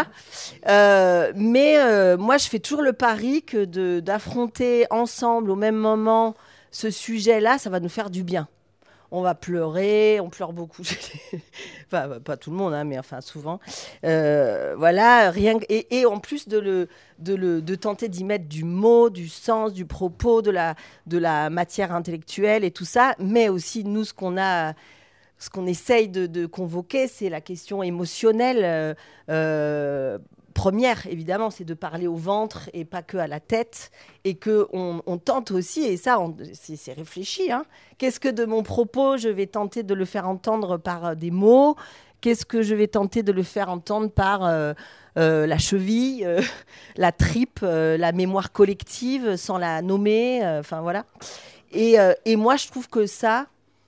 Mais moi, je fais toujours le pari que d'affronter ensemble au même moment ce sujet-là, ça va nous faire du bien. On va pleurer, on pleure beaucoup. Enfin, pas tout le monde, hein, mais enfin souvent. Voilà, et en plus de tenter d'y mettre du mot, du sens, du propos, de la matière intellectuelle et tout ça, mais aussi nous, ce qu'on essaye de convoquer, c'est la question émotionnelle première, évidemment, c'est de parler au ventre et pas que à la tête, et qu'on tente aussi, et ça, c'est réfléchi, hein. Qu'est-ce que de mon propos, je vais tenter de le faire entendre par des mots? Qu'est-ce que je vais tenter de le faire entendre par la cheville, la tripe, la mémoire collective, sans la nommer, enfin voilà. Et moi, je trouve que ça,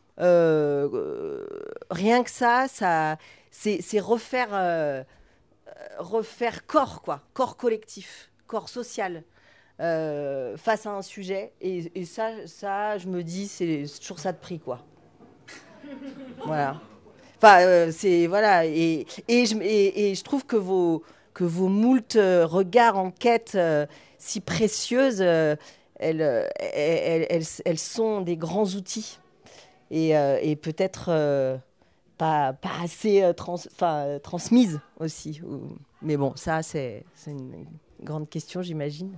rien que ça c'est refaire corps, quoi, corps collectif. corps social face à un sujet. Et ça, je me dis, c'est toujours ça de prix, quoi. Voilà. Enfin, c'est voilà. Et je trouve que vos moult regards, enquêtes si précieuses, elles sont des grands outils. Et peut-être pas assez transmises aussi. Mais bon, ça, c'est une grande question, j'imagine.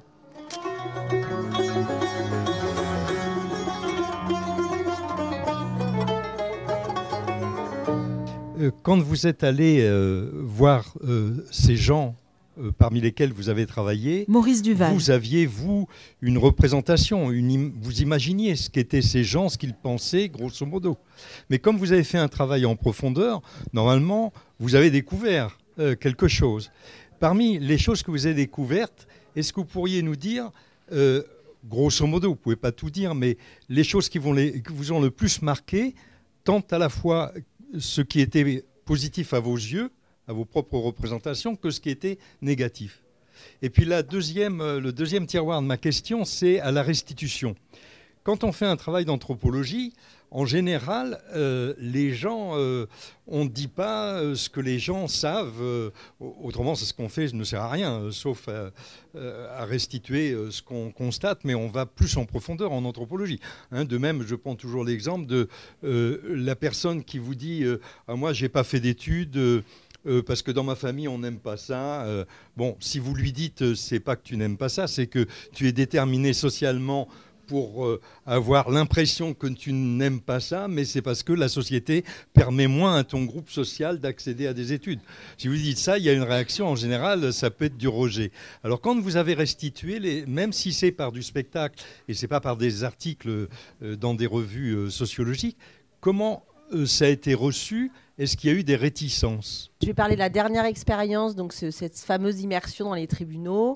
Quand vous êtes allé voir ces gens parmi lesquels vous avez travaillé, Maurice Duval. Vous aviez, vous, une représentation, vous imaginiez ce qu'étaient ces gens, ce qu'ils pensaient, grosso modo. Mais comme vous avez fait un travail en profondeur, normalement, vous avez découvert quelque chose. Parmi les choses que vous avez découvertes, est-ce que vous pourriez nous dire, grosso modo, vous ne pouvez pas tout dire, mais les choses qui vous ont le plus marqué, tant à la fois ce qui était positif à vos yeux, à vos propres représentations, que ce qui était négatif. Et puis le deuxième tiroir de ma question, c'est à la restitution. Quand on fait un travail d'anthropologie, en général, les gens, on ne dit pas ce que les gens savent. Autrement, c'est ce qu'on fait ne sert à rien, sauf à restituer ce qu'on constate, mais on va plus en profondeur en anthropologie. De même, je prends toujours l'exemple de la personne qui vous dit moi, je n'ai pas fait d'études. Parce que dans ma famille, on n'aime pas ça. Bon, si vous lui dites, c'est pas que tu n'aimes pas ça, c'est que tu es déterminé socialement pour avoir l'impression que tu n'aimes pas ça, mais c'est parce que la société permet moins à ton groupe social d'accéder à des études. Si vous dites ça, il y a une réaction, en général, ça peut être du rejet. Alors quand vous avez restitué, même si c'est par du spectacle, et c'est pas par des articles dans des revues sociologiques, comment ça a été reçu? Est-ce qu'il y a eu des réticences? Je vais parler de la dernière expérience, donc cette fameuse immersion dans les tribunaux.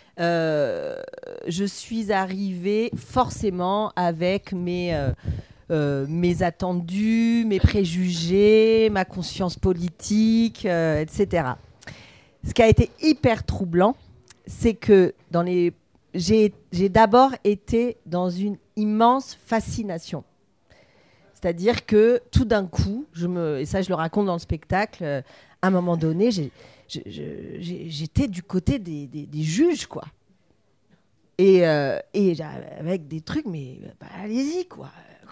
Je suis arrivée forcément avec mes attendus, mes préjugés, ma conscience politique, etc. Ce qui a été hyper troublant, c'est que j'ai d'abord été dans une immense fascination. C'est-à-dire que tout d'un coup, et ça je le raconte dans le spectacle, à un moment donné, j'étais du côté des juges, quoi. Et avec des trucs, mais allez-y, quoi.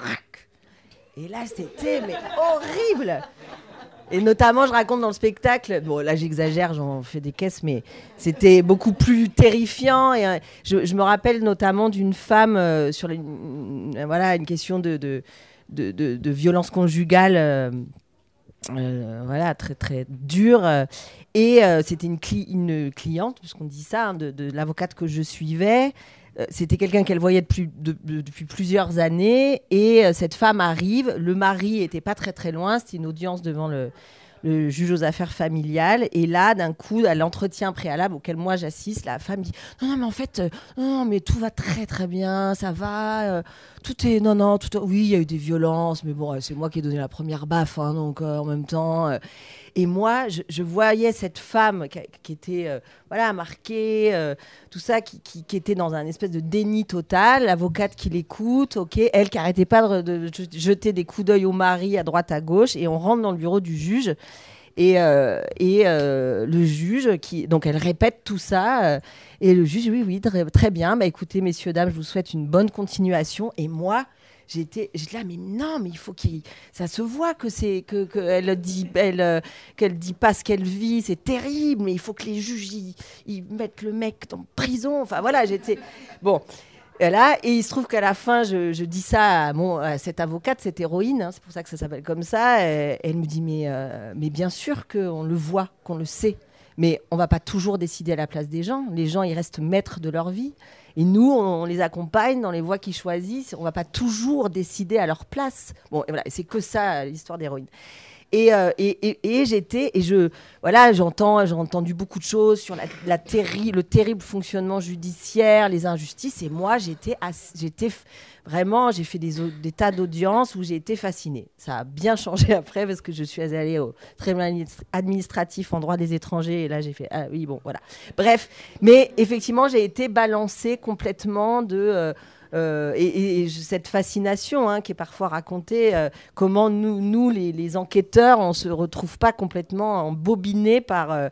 Et là, c'était horrible. Et notamment, je raconte dans le spectacle, bon là j'exagère, j'en fais des caisses, mais c'était beaucoup plus terrifiant. Et je me rappelle notamment d'une femme sur une question de violence conjugale, très très dure, et c'était une cliente, puisqu'on dit ça, de l'avocate que je suivais. C'était quelqu'un qu'elle voyait depuis plusieurs années, et cette femme arrive, le mari était pas très très loin, c'était une audience devant le juge aux affaires familiales, et là d'un coup à l'entretien préalable auquel moi j'assiste, la femme dit non mais en fait non mais tout va très très bien, ça va, oui il y a eu des violences mais bon c'est moi qui ai donné la première baffe, donc en même temps et moi je voyais cette femme qui était marquée, tout ça, qui était dans un espèce de déni total, l'avocate qui l'écoute, elle qui arrêtait pas de jeter des coups d'œil au mari à droite à gauche, et on rentre dans le bureau du juge. Et le juge, donc elle répète tout ça, et le juge, oui, très bien, écoutez, messieurs, dames, je vous souhaite une bonne continuation. Et moi, j'étais là, mais non, mais il faut ça se voit qu'elle dit pas ce qu'elle vit, c'est terrible, mais il faut que les juges ils mettent le mec en prison. Enfin voilà, j'étais bon. Là, et il se trouve qu'à la fin, je dis ça à cette avocate, cette héroïne, c'est pour ça que ça s'appelle comme ça. Elle me dit mais bien sûr qu'on le voit, qu'on le sait, mais on va pas toujours décider à la place des gens. Les gens, ils restent maîtres de leur vie. Et nous, on les accompagne dans les voies qu'ils choisissent. On ne va pas toujours décider à leur place. Bon, et voilà, c'est que ça, l'histoire d'héroïne. J'ai entendu beaucoup de choses sur le terrible fonctionnement judiciaire, les injustices. Et moi, j'ai fait des tas d'audiences où j'ai été fascinée. Ça a bien changé après parce que je suis allée au tribunal administratif en droit des étrangers. Et là, j'ai fait, ah oui, bon, voilà. Bref, mais effectivement, j'ai été balancée complètement cette fascination qui est parfois racontée, comment nous les enquêteurs, on ne se retrouve pas complètement embobinés par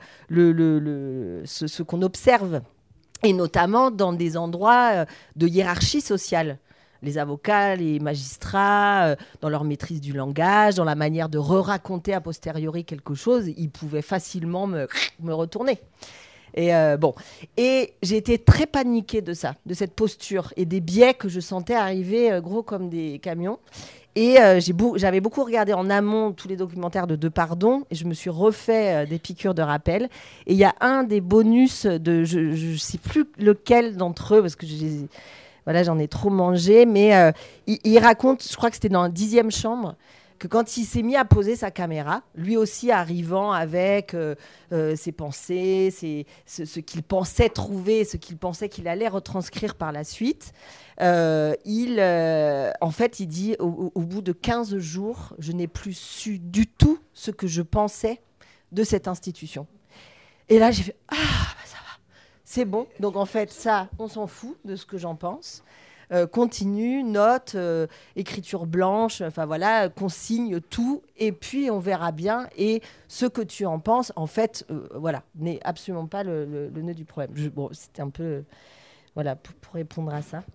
ce qu'on observe, et notamment dans des endroits de hiérarchie sociale. Les avocats, les magistrats, dans leur maîtrise du langage, dans la manière de re-raconter a posteriori quelque chose, ils pouvaient facilement me retourner. Et j'ai été très paniquée de ça, de cette posture et des biais que je sentais arriver gros comme des camions. Et j'avais beaucoup regardé en amont tous les documentaires de Depardon et je me suis refait des piqûres de rappel. Et il y a un des bonus je ne sais plus lequel d'entre eux parce que j'en ai trop mangé, mais il raconte, je crois que c'était dans la 10e chambre, que quand il s'est mis à poser sa caméra, lui aussi arrivant avec ses pensées, ce qu'il pensait trouver, ce qu'il pensait qu'il allait retranscrire par la suite, en fait, il dit, au bout de 15 jours, je n'ai plus su du tout ce que je pensais de cette institution. Et là, j'ai fait « Ah, bah ça va, c'est bon. » Donc en fait, ça, on s'en fout de ce que j'en pense. Continue, note, écriture blanche, enfin voilà, consigne tout, et puis on verra bien. Et ce que tu en penses, en fait, n'est absolument pas le nœud du problème. C'était un peu, pour répondre à ça.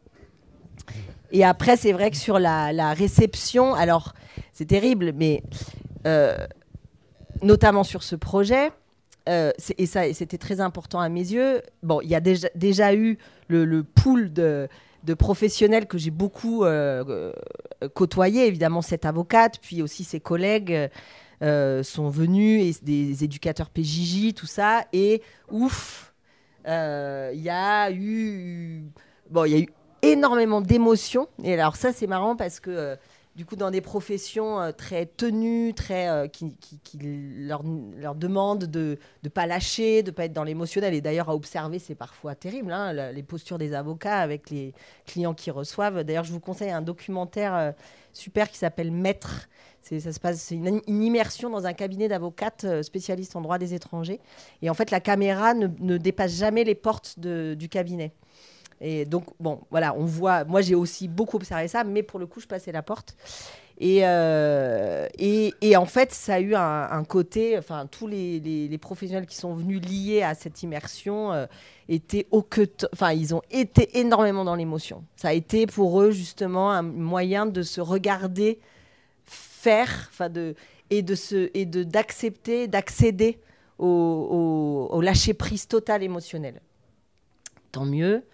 Et après, c'est vrai que sur la réception, alors c'est terrible, mais notamment sur ce projet. Et c'était très important à mes yeux. Bon, il y a déjà eu le pool de professionnels que j'ai beaucoup côtoyé, évidemment cette avocate, puis aussi ses collègues sont venus, et des éducateurs PJJ, tout ça, et il y a eu énormément d'émotions. Et alors ça, c'est marrant parce que du coup, dans des professions très tenues, qui leur demandent de ne pas lâcher, de ne pas être dans l'émotionnel. Et d'ailleurs, à observer, c'est parfois terrible, les postures des avocats avec les clients qui reçoivent. D'ailleurs, je vous conseille un documentaire super qui s'appelle Maître. C'est une immersion dans un cabinet d'avocates spécialistes en droit des étrangers. Et en fait, la caméra ne dépasse jamais les portes du cabinet. Et donc, on voit... Moi, j'ai aussi beaucoup observé ça, mais pour le coup, je passais la porte. Et en fait, ça a eu un côté... Enfin, tous les professionnels qui sont venus liés à cette immersion ils ont été énormément dans l'émotion. Ça a été pour eux, justement, un moyen de se regarder faire, d'accepter, d'accéder au lâcher-prise total émotionnel. Tant mieux.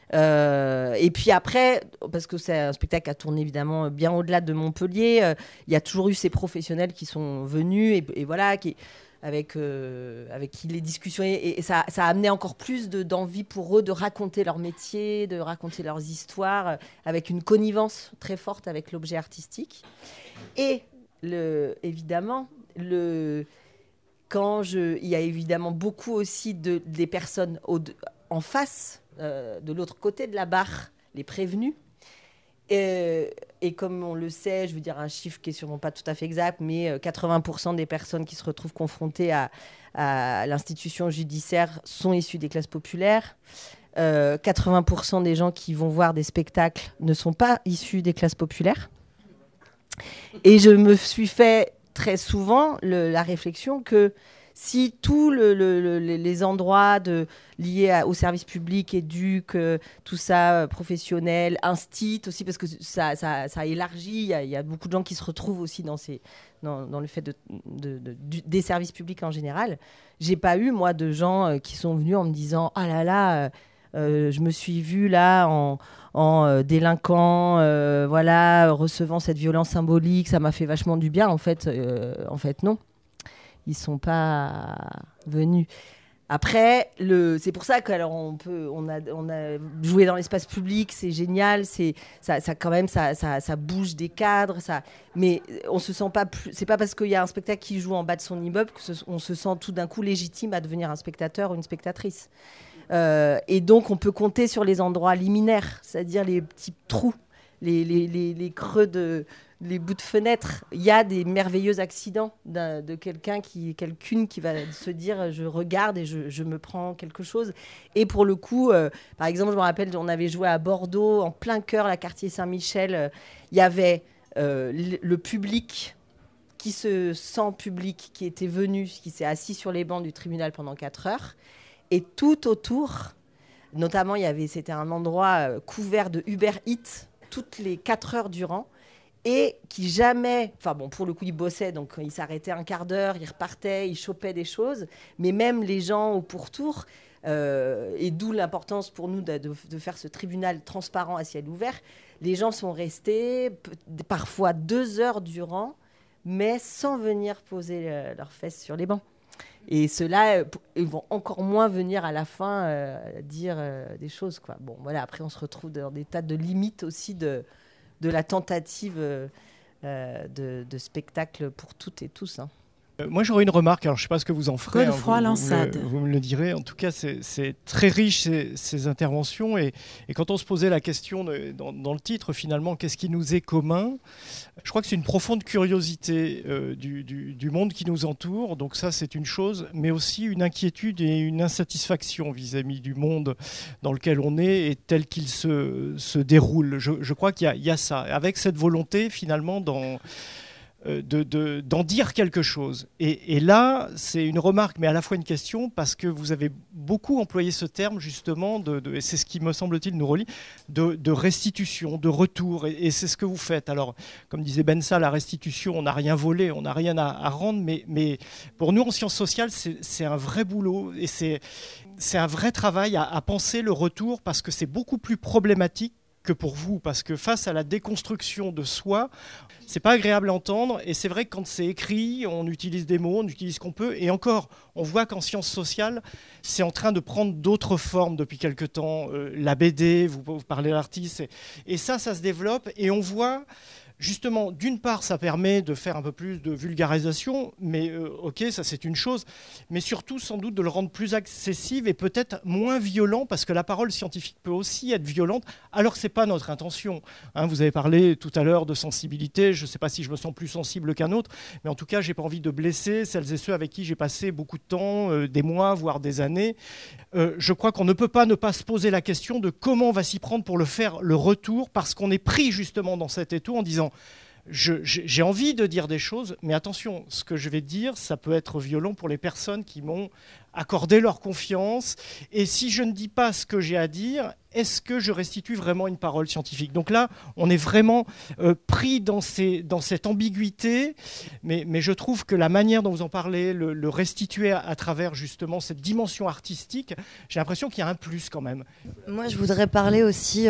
Et puis après, parce que c'est un spectacle qui a tourné évidemment bien au-delà de Montpellier, il y a toujours eu ces professionnels qui sont venus et voilà, avec qui les discussions, et ça a amené encore plus d'envie pour eux de raconter leur métier, de raconter leurs histoires, avec une connivence très forte avec l'objet artistique. Et évidemment, il y a évidemment beaucoup aussi des personnes en face, de l'autre côté de la barre, les prévenus. Et comme on le sait, je veux dire un chiffre qui est sûrement pas tout à fait exact, mais 80% des personnes qui se retrouvent confrontées à l'institution judiciaire sont issues des classes populaires. 80% des gens qui vont voir des spectacles ne sont pas issus des classes populaires. Et je me suis fait très souvent la réflexion que si tous les endroits liés au service public, éduc, tout ça, professionnel, instit aussi, parce que ça élargit, il y a beaucoup de gens qui se retrouvent aussi dans le fait des services publics en général. J'ai pas eu, moi, de gens qui sont venus en me disant « Ah là là, je me suis vue là en délinquant, recevant cette violence symbolique, ça m'a fait vachement du bien. » En fait, non. Ils ne sont pas venus. Après, c'est pour ça qu'on a joué dans l'espace public, c'est génial, ça bouge des cadres, mais on se sent pas plus. C'est pas parce qu'il y a un spectacle qui joue en bas de son immeuble qu'on se sent tout d'un coup légitime à devenir un spectateur ou une spectatrice. Et donc, on peut compter sur les endroits liminaires, c'est-à-dire les petits trous, les creux les bouts de fenêtre. Il y a des merveilleux accidents de quelqu'une qui va se dire je regarde et je me prends quelque chose. Et pour le coup, par exemple, je me rappelle, on avait joué à Bordeaux, en plein cœur, la quartier Saint-Michel. Il y avait le public qui se sent public, qui était venu, qui s'est assis sur les bancs du tribunal pendant 4 heures. Et tout autour, notamment, c'était un endroit couvert de Uber Eats toutes les 4 heures durant. Et qui jamais, pour le coup, il bossait, donc il s'arrêtait un quart d'heure, il repartait, il chopait des choses. Mais même les gens au pourtour, et d'où l'importance pour nous de faire ce tribunal transparent à ciel ouvert, les gens sont restés parfois 2 heures durant, mais sans venir poser leurs fesses sur les bancs. Et ceux-là, ils vont encore moins venir à la fin dire des choses, quoi. Bon, voilà, après, on se retrouve dans des tas de limites aussi de la tentative de spectacle pour toutes et tous. Moi, j'aurais une remarque. Alors, je ne sais pas ce que vous en ferez. Godefroy Lansade. Vous me le direz. En tout cas, c'est très riche, ces interventions. Et quand on se posait la question dans le titre, finalement, qu'est-ce qui nous est commun ? Je crois que c'est une profonde curiosité du monde qui nous entoure. Donc ça, c'est une chose. Mais aussi une inquiétude et une insatisfaction vis-à-vis du monde dans lequel on est et tel qu'il se déroule. Je crois qu'il y a ça. Avec cette volonté, finalement, d'en dire quelque chose. Et là, c'est une remarque, mais à la fois une question, parce que vous avez beaucoup employé ce terme, justement, et c'est ce qui, me semble-t-il, nous relie, de restitution, de retour, et c'est ce que vous faites. Alors, comme disait Bensa, la restitution, on n'a rien volé, on n'a rien à rendre, mais pour nous, en sciences sociales, c'est un vrai boulot, et c'est un vrai travail à penser le retour, parce que c'est beaucoup plus problématique que pour vous, parce que face à la déconstruction de soi, c'est pas agréable à entendre, et c'est vrai que quand c'est écrit, on utilise des mots, on utilise ce qu'on peut, et encore, on voit qu'en sciences sociales, c'est en train de prendre d'autres formes depuis quelque temps. La BD, vous parlez d'artistes, et ça se développe, et on voit justement, d'une part, ça permet de faire un peu plus de vulgarisation, mais ok, ça c'est une chose, mais surtout sans doute de le rendre plus accessible et peut-être moins violent, parce que la parole scientifique peut aussi être violente, alors que ce n'est pas notre intention. Vous avez parlé tout à l'heure de sensibilité, je ne sais pas si je me sens plus sensible qu'un autre, mais en tout cas, je n'ai pas envie de blesser celles et ceux avec qui j'ai passé beaucoup de temps, des mois, voire des années. Je crois qu'on ne peut pas ne pas se poser la question de comment on va s'y prendre pour le faire le retour, parce qu'on est pris justement dans cet étau en disant j'ai envie de dire des choses, mais attention, ce que je vais dire, ça peut être violent pour les personnes qui m'ont accordé leur confiance. Et si je ne dis pas ce que j'ai à dire, est-ce que je restitue vraiment une parole scientifique ? Donc là, on est vraiment pris dans cette ambiguïté, mais je trouve que la manière dont vous en parlez, le restituer à travers justement cette dimension artistique, j'ai l'impression qu'il y a un plus quand même. Moi, je voudrais parler aussi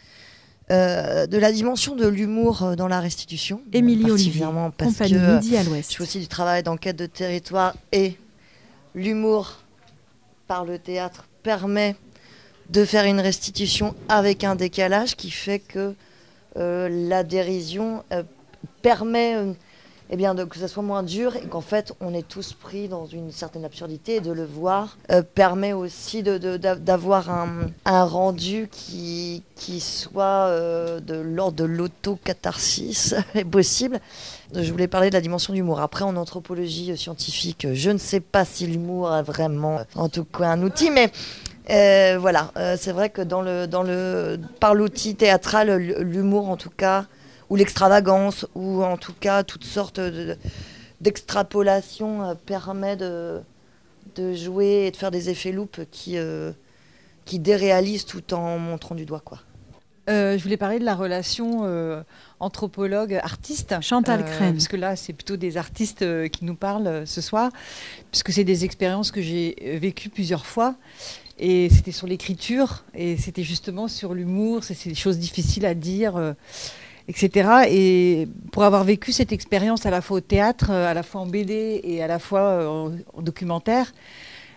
de la dimension de l'humour dans la restitution. Émilie Olivier, compagnie Midi à l'Ouest. Je fais aussi du travail d'enquête de territoire, et l'humour par le théâtre permet de faire une restitution avec un décalage qui fait que la dérision permet que ça soit moins dur, et qu'en fait on est tous pris dans une certaine absurdité, et de le voir permet aussi d'avoir un rendu qui soit de l'ordre de l'autocatharsis est possible. Je voulais parler de la dimension de l'humour. Après, en anthropologie scientifique, je ne sais pas si l'humour a vraiment, en tout cas, un outil, mais voilà, c'est vrai que par l'outil théâtral, l'humour en tout cas, ou l'extravagance, ou en tout cas toutes sortes d'extrapolations permet de jouer et de faire des effets loupes qui déréalisent tout en montrant du doigt, quoi. Je voulais parler de la relation anthropologue-artiste. Chantal Crène. Parce que là, c'est plutôt des artistes qui nous parlent ce soir, puisque c'est des expériences que j'ai vécues plusieurs fois. Et c'était sur l'écriture, et c'était justement sur l'humour, c'est des choses difficiles à dire, etc. Et pour avoir vécu cette expérience à la fois au théâtre, à la fois en BD et à la fois en documentaire,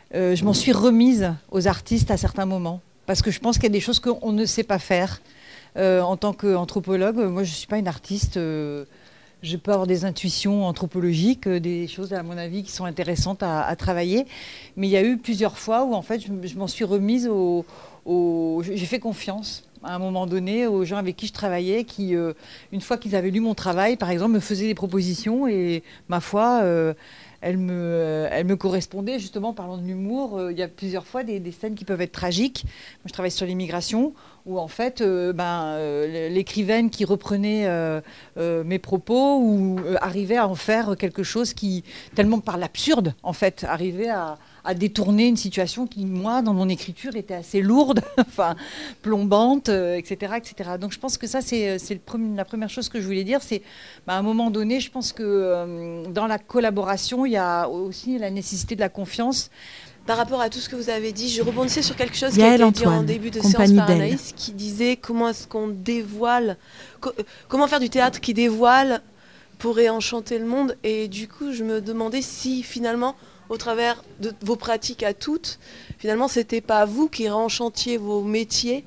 je m'en suis remise aux artistes à certains moments. Parce que je pense qu'il y a des choses qu'on ne sait pas faire. En tant qu'anthropologue, moi je ne suis pas une artiste. Je peux avoir des intuitions anthropologiques, des choses à mon avis qui sont intéressantes à travailler. Mais il y a eu plusieurs fois où en fait je m'en suis remise j'ai fait confiance à un moment donné aux gens avec qui je travaillais qui, une fois qu'ils avaient lu mon travail, par exemple, me faisaient des propositions et ma foi, elles me correspondaient. Justement, parlant de l'humour, il y a plusieurs fois des scènes qui peuvent être tragiques. Moi, je travaille sur l'immigration où en fait, l'écrivaine qui reprenait mes propos ou arrivait à en faire quelque chose qui, tellement par l'absurde, en fait, arrivait à détourner une situation qui, moi, dans mon écriture, était assez lourde, enfin, plombante, etc., etc. Donc je pense que ça, c'est la première chose que je voulais dire. C'est, à un moment donné, je pense que dans la collaboration, il y a aussi la nécessité de la confiance. Par rapport à tout ce que vous avez dit, je rebondissais sur quelque chose Yael qui a été dit Antoine, en début de compagnie séance par d'elle. Anaïs, qui disait comment est-ce qu'on dévoile, comment faire du théâtre qui dévoile pour réenchanter le monde. Et du coup, je me demandais si finalement, au travers de vos pratiques à toutes, finalement, c'était pas vous qui réenchantiez vos métiers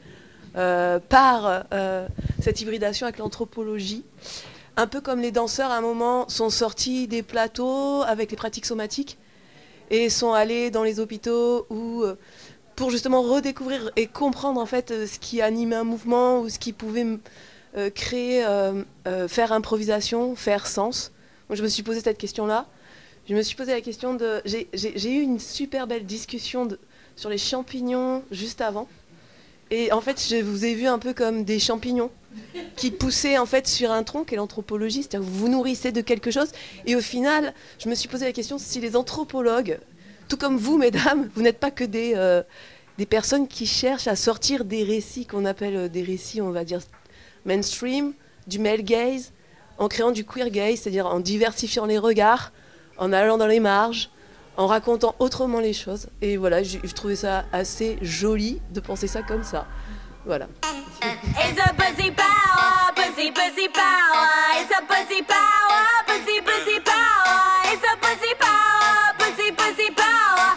par cette hybridation avec l'anthropologie. Un peu comme les danseurs, à un moment, sont sortis des plateaux avec les pratiques somatiques et sont allés dans les hôpitaux pour justement redécouvrir et comprendre en fait ce qui animait un mouvement ou ce qui pouvait créer, faire improvisation, faire sens. Moi, je me suis posé cette question-là. Je me suis posé la question de... J'ai eu une super belle discussion sur les champignons juste avant. Et en fait, je vous ai vu un peu comme des champignons qui poussaient en fait sur un tronc, et l'anthropologie, c'est-à-dire que vous vous nourrissez de quelque chose. Et au final, je me suis posé la question si les anthropologues, tout comme vous, mesdames, vous n'êtes pas que des personnes qui cherchent à sortir des récits qu'on appelle des récits, on va dire, mainstream, du male gaze, en créant du queer gaze, c'est-à-dire en diversifiant les regards, en allant dans les marges, en racontant autrement les choses. Et voilà, je trouvais ça assez joli de penser ça comme ça. Voilà. It's a pussy power, pussy power. It's a pussy power, pussy power. It's a pussy power, pussy power.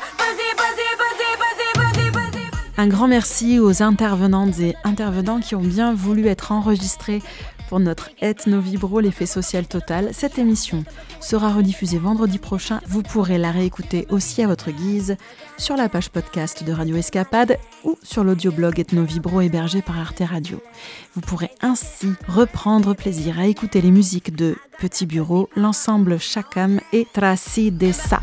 Pussy. Un grand merci aux intervenantes et intervenants qui ont bien voulu être enregistrés pour notre Ethno-Vibro, l'effet social total. Cette émission sera rediffusée vendredi prochain. Vous pourrez la réécouter aussi à votre guise sur la page podcast de Radio Escapade ou sur l'audioblog Ethno-Vibro hébergé par Arte Radio. Vous pourrez ainsi reprendre plaisir à écouter les musiques de Petit Bureau, l'ensemble Chakam et Tracy Dessa.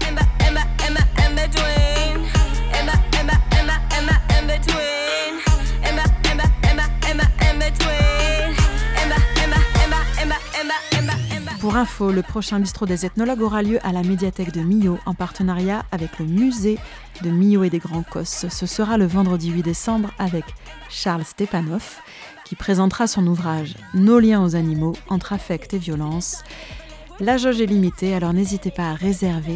Pour info, le prochain bistrot des ethnologues aura lieu à la médiathèque de Millau en partenariat avec le musée de Millau et des Grands Cosses. Ce sera le vendredi 8 décembre avec Charles Stepanov qui présentera son ouvrage Nos liens aux animaux, entre affect et violence. La jauge est limitée, alors n'hésitez pas à réserver.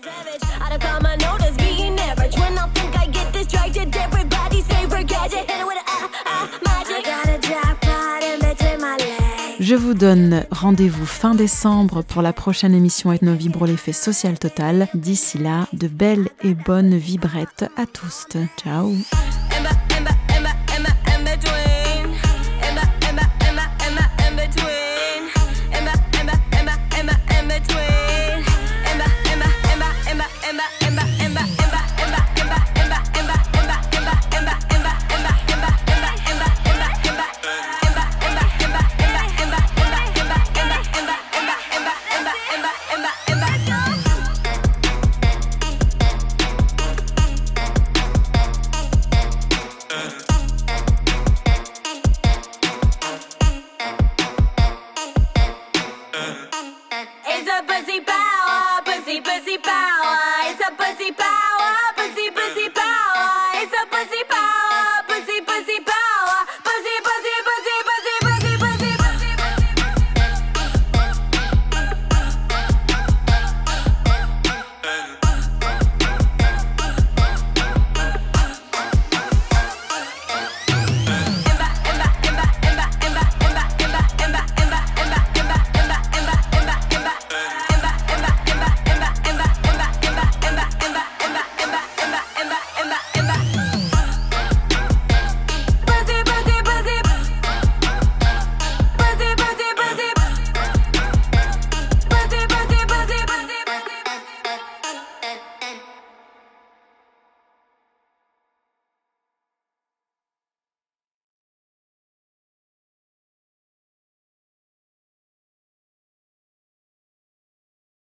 Je vous donne rendez-vous fin décembre pour la prochaine émission Ethno-Vibro, l'effet social total. D'ici là, de belles et bonnes vibrettes à tous. Ciao. It's a pussy power, pussy power. It's a pussy power.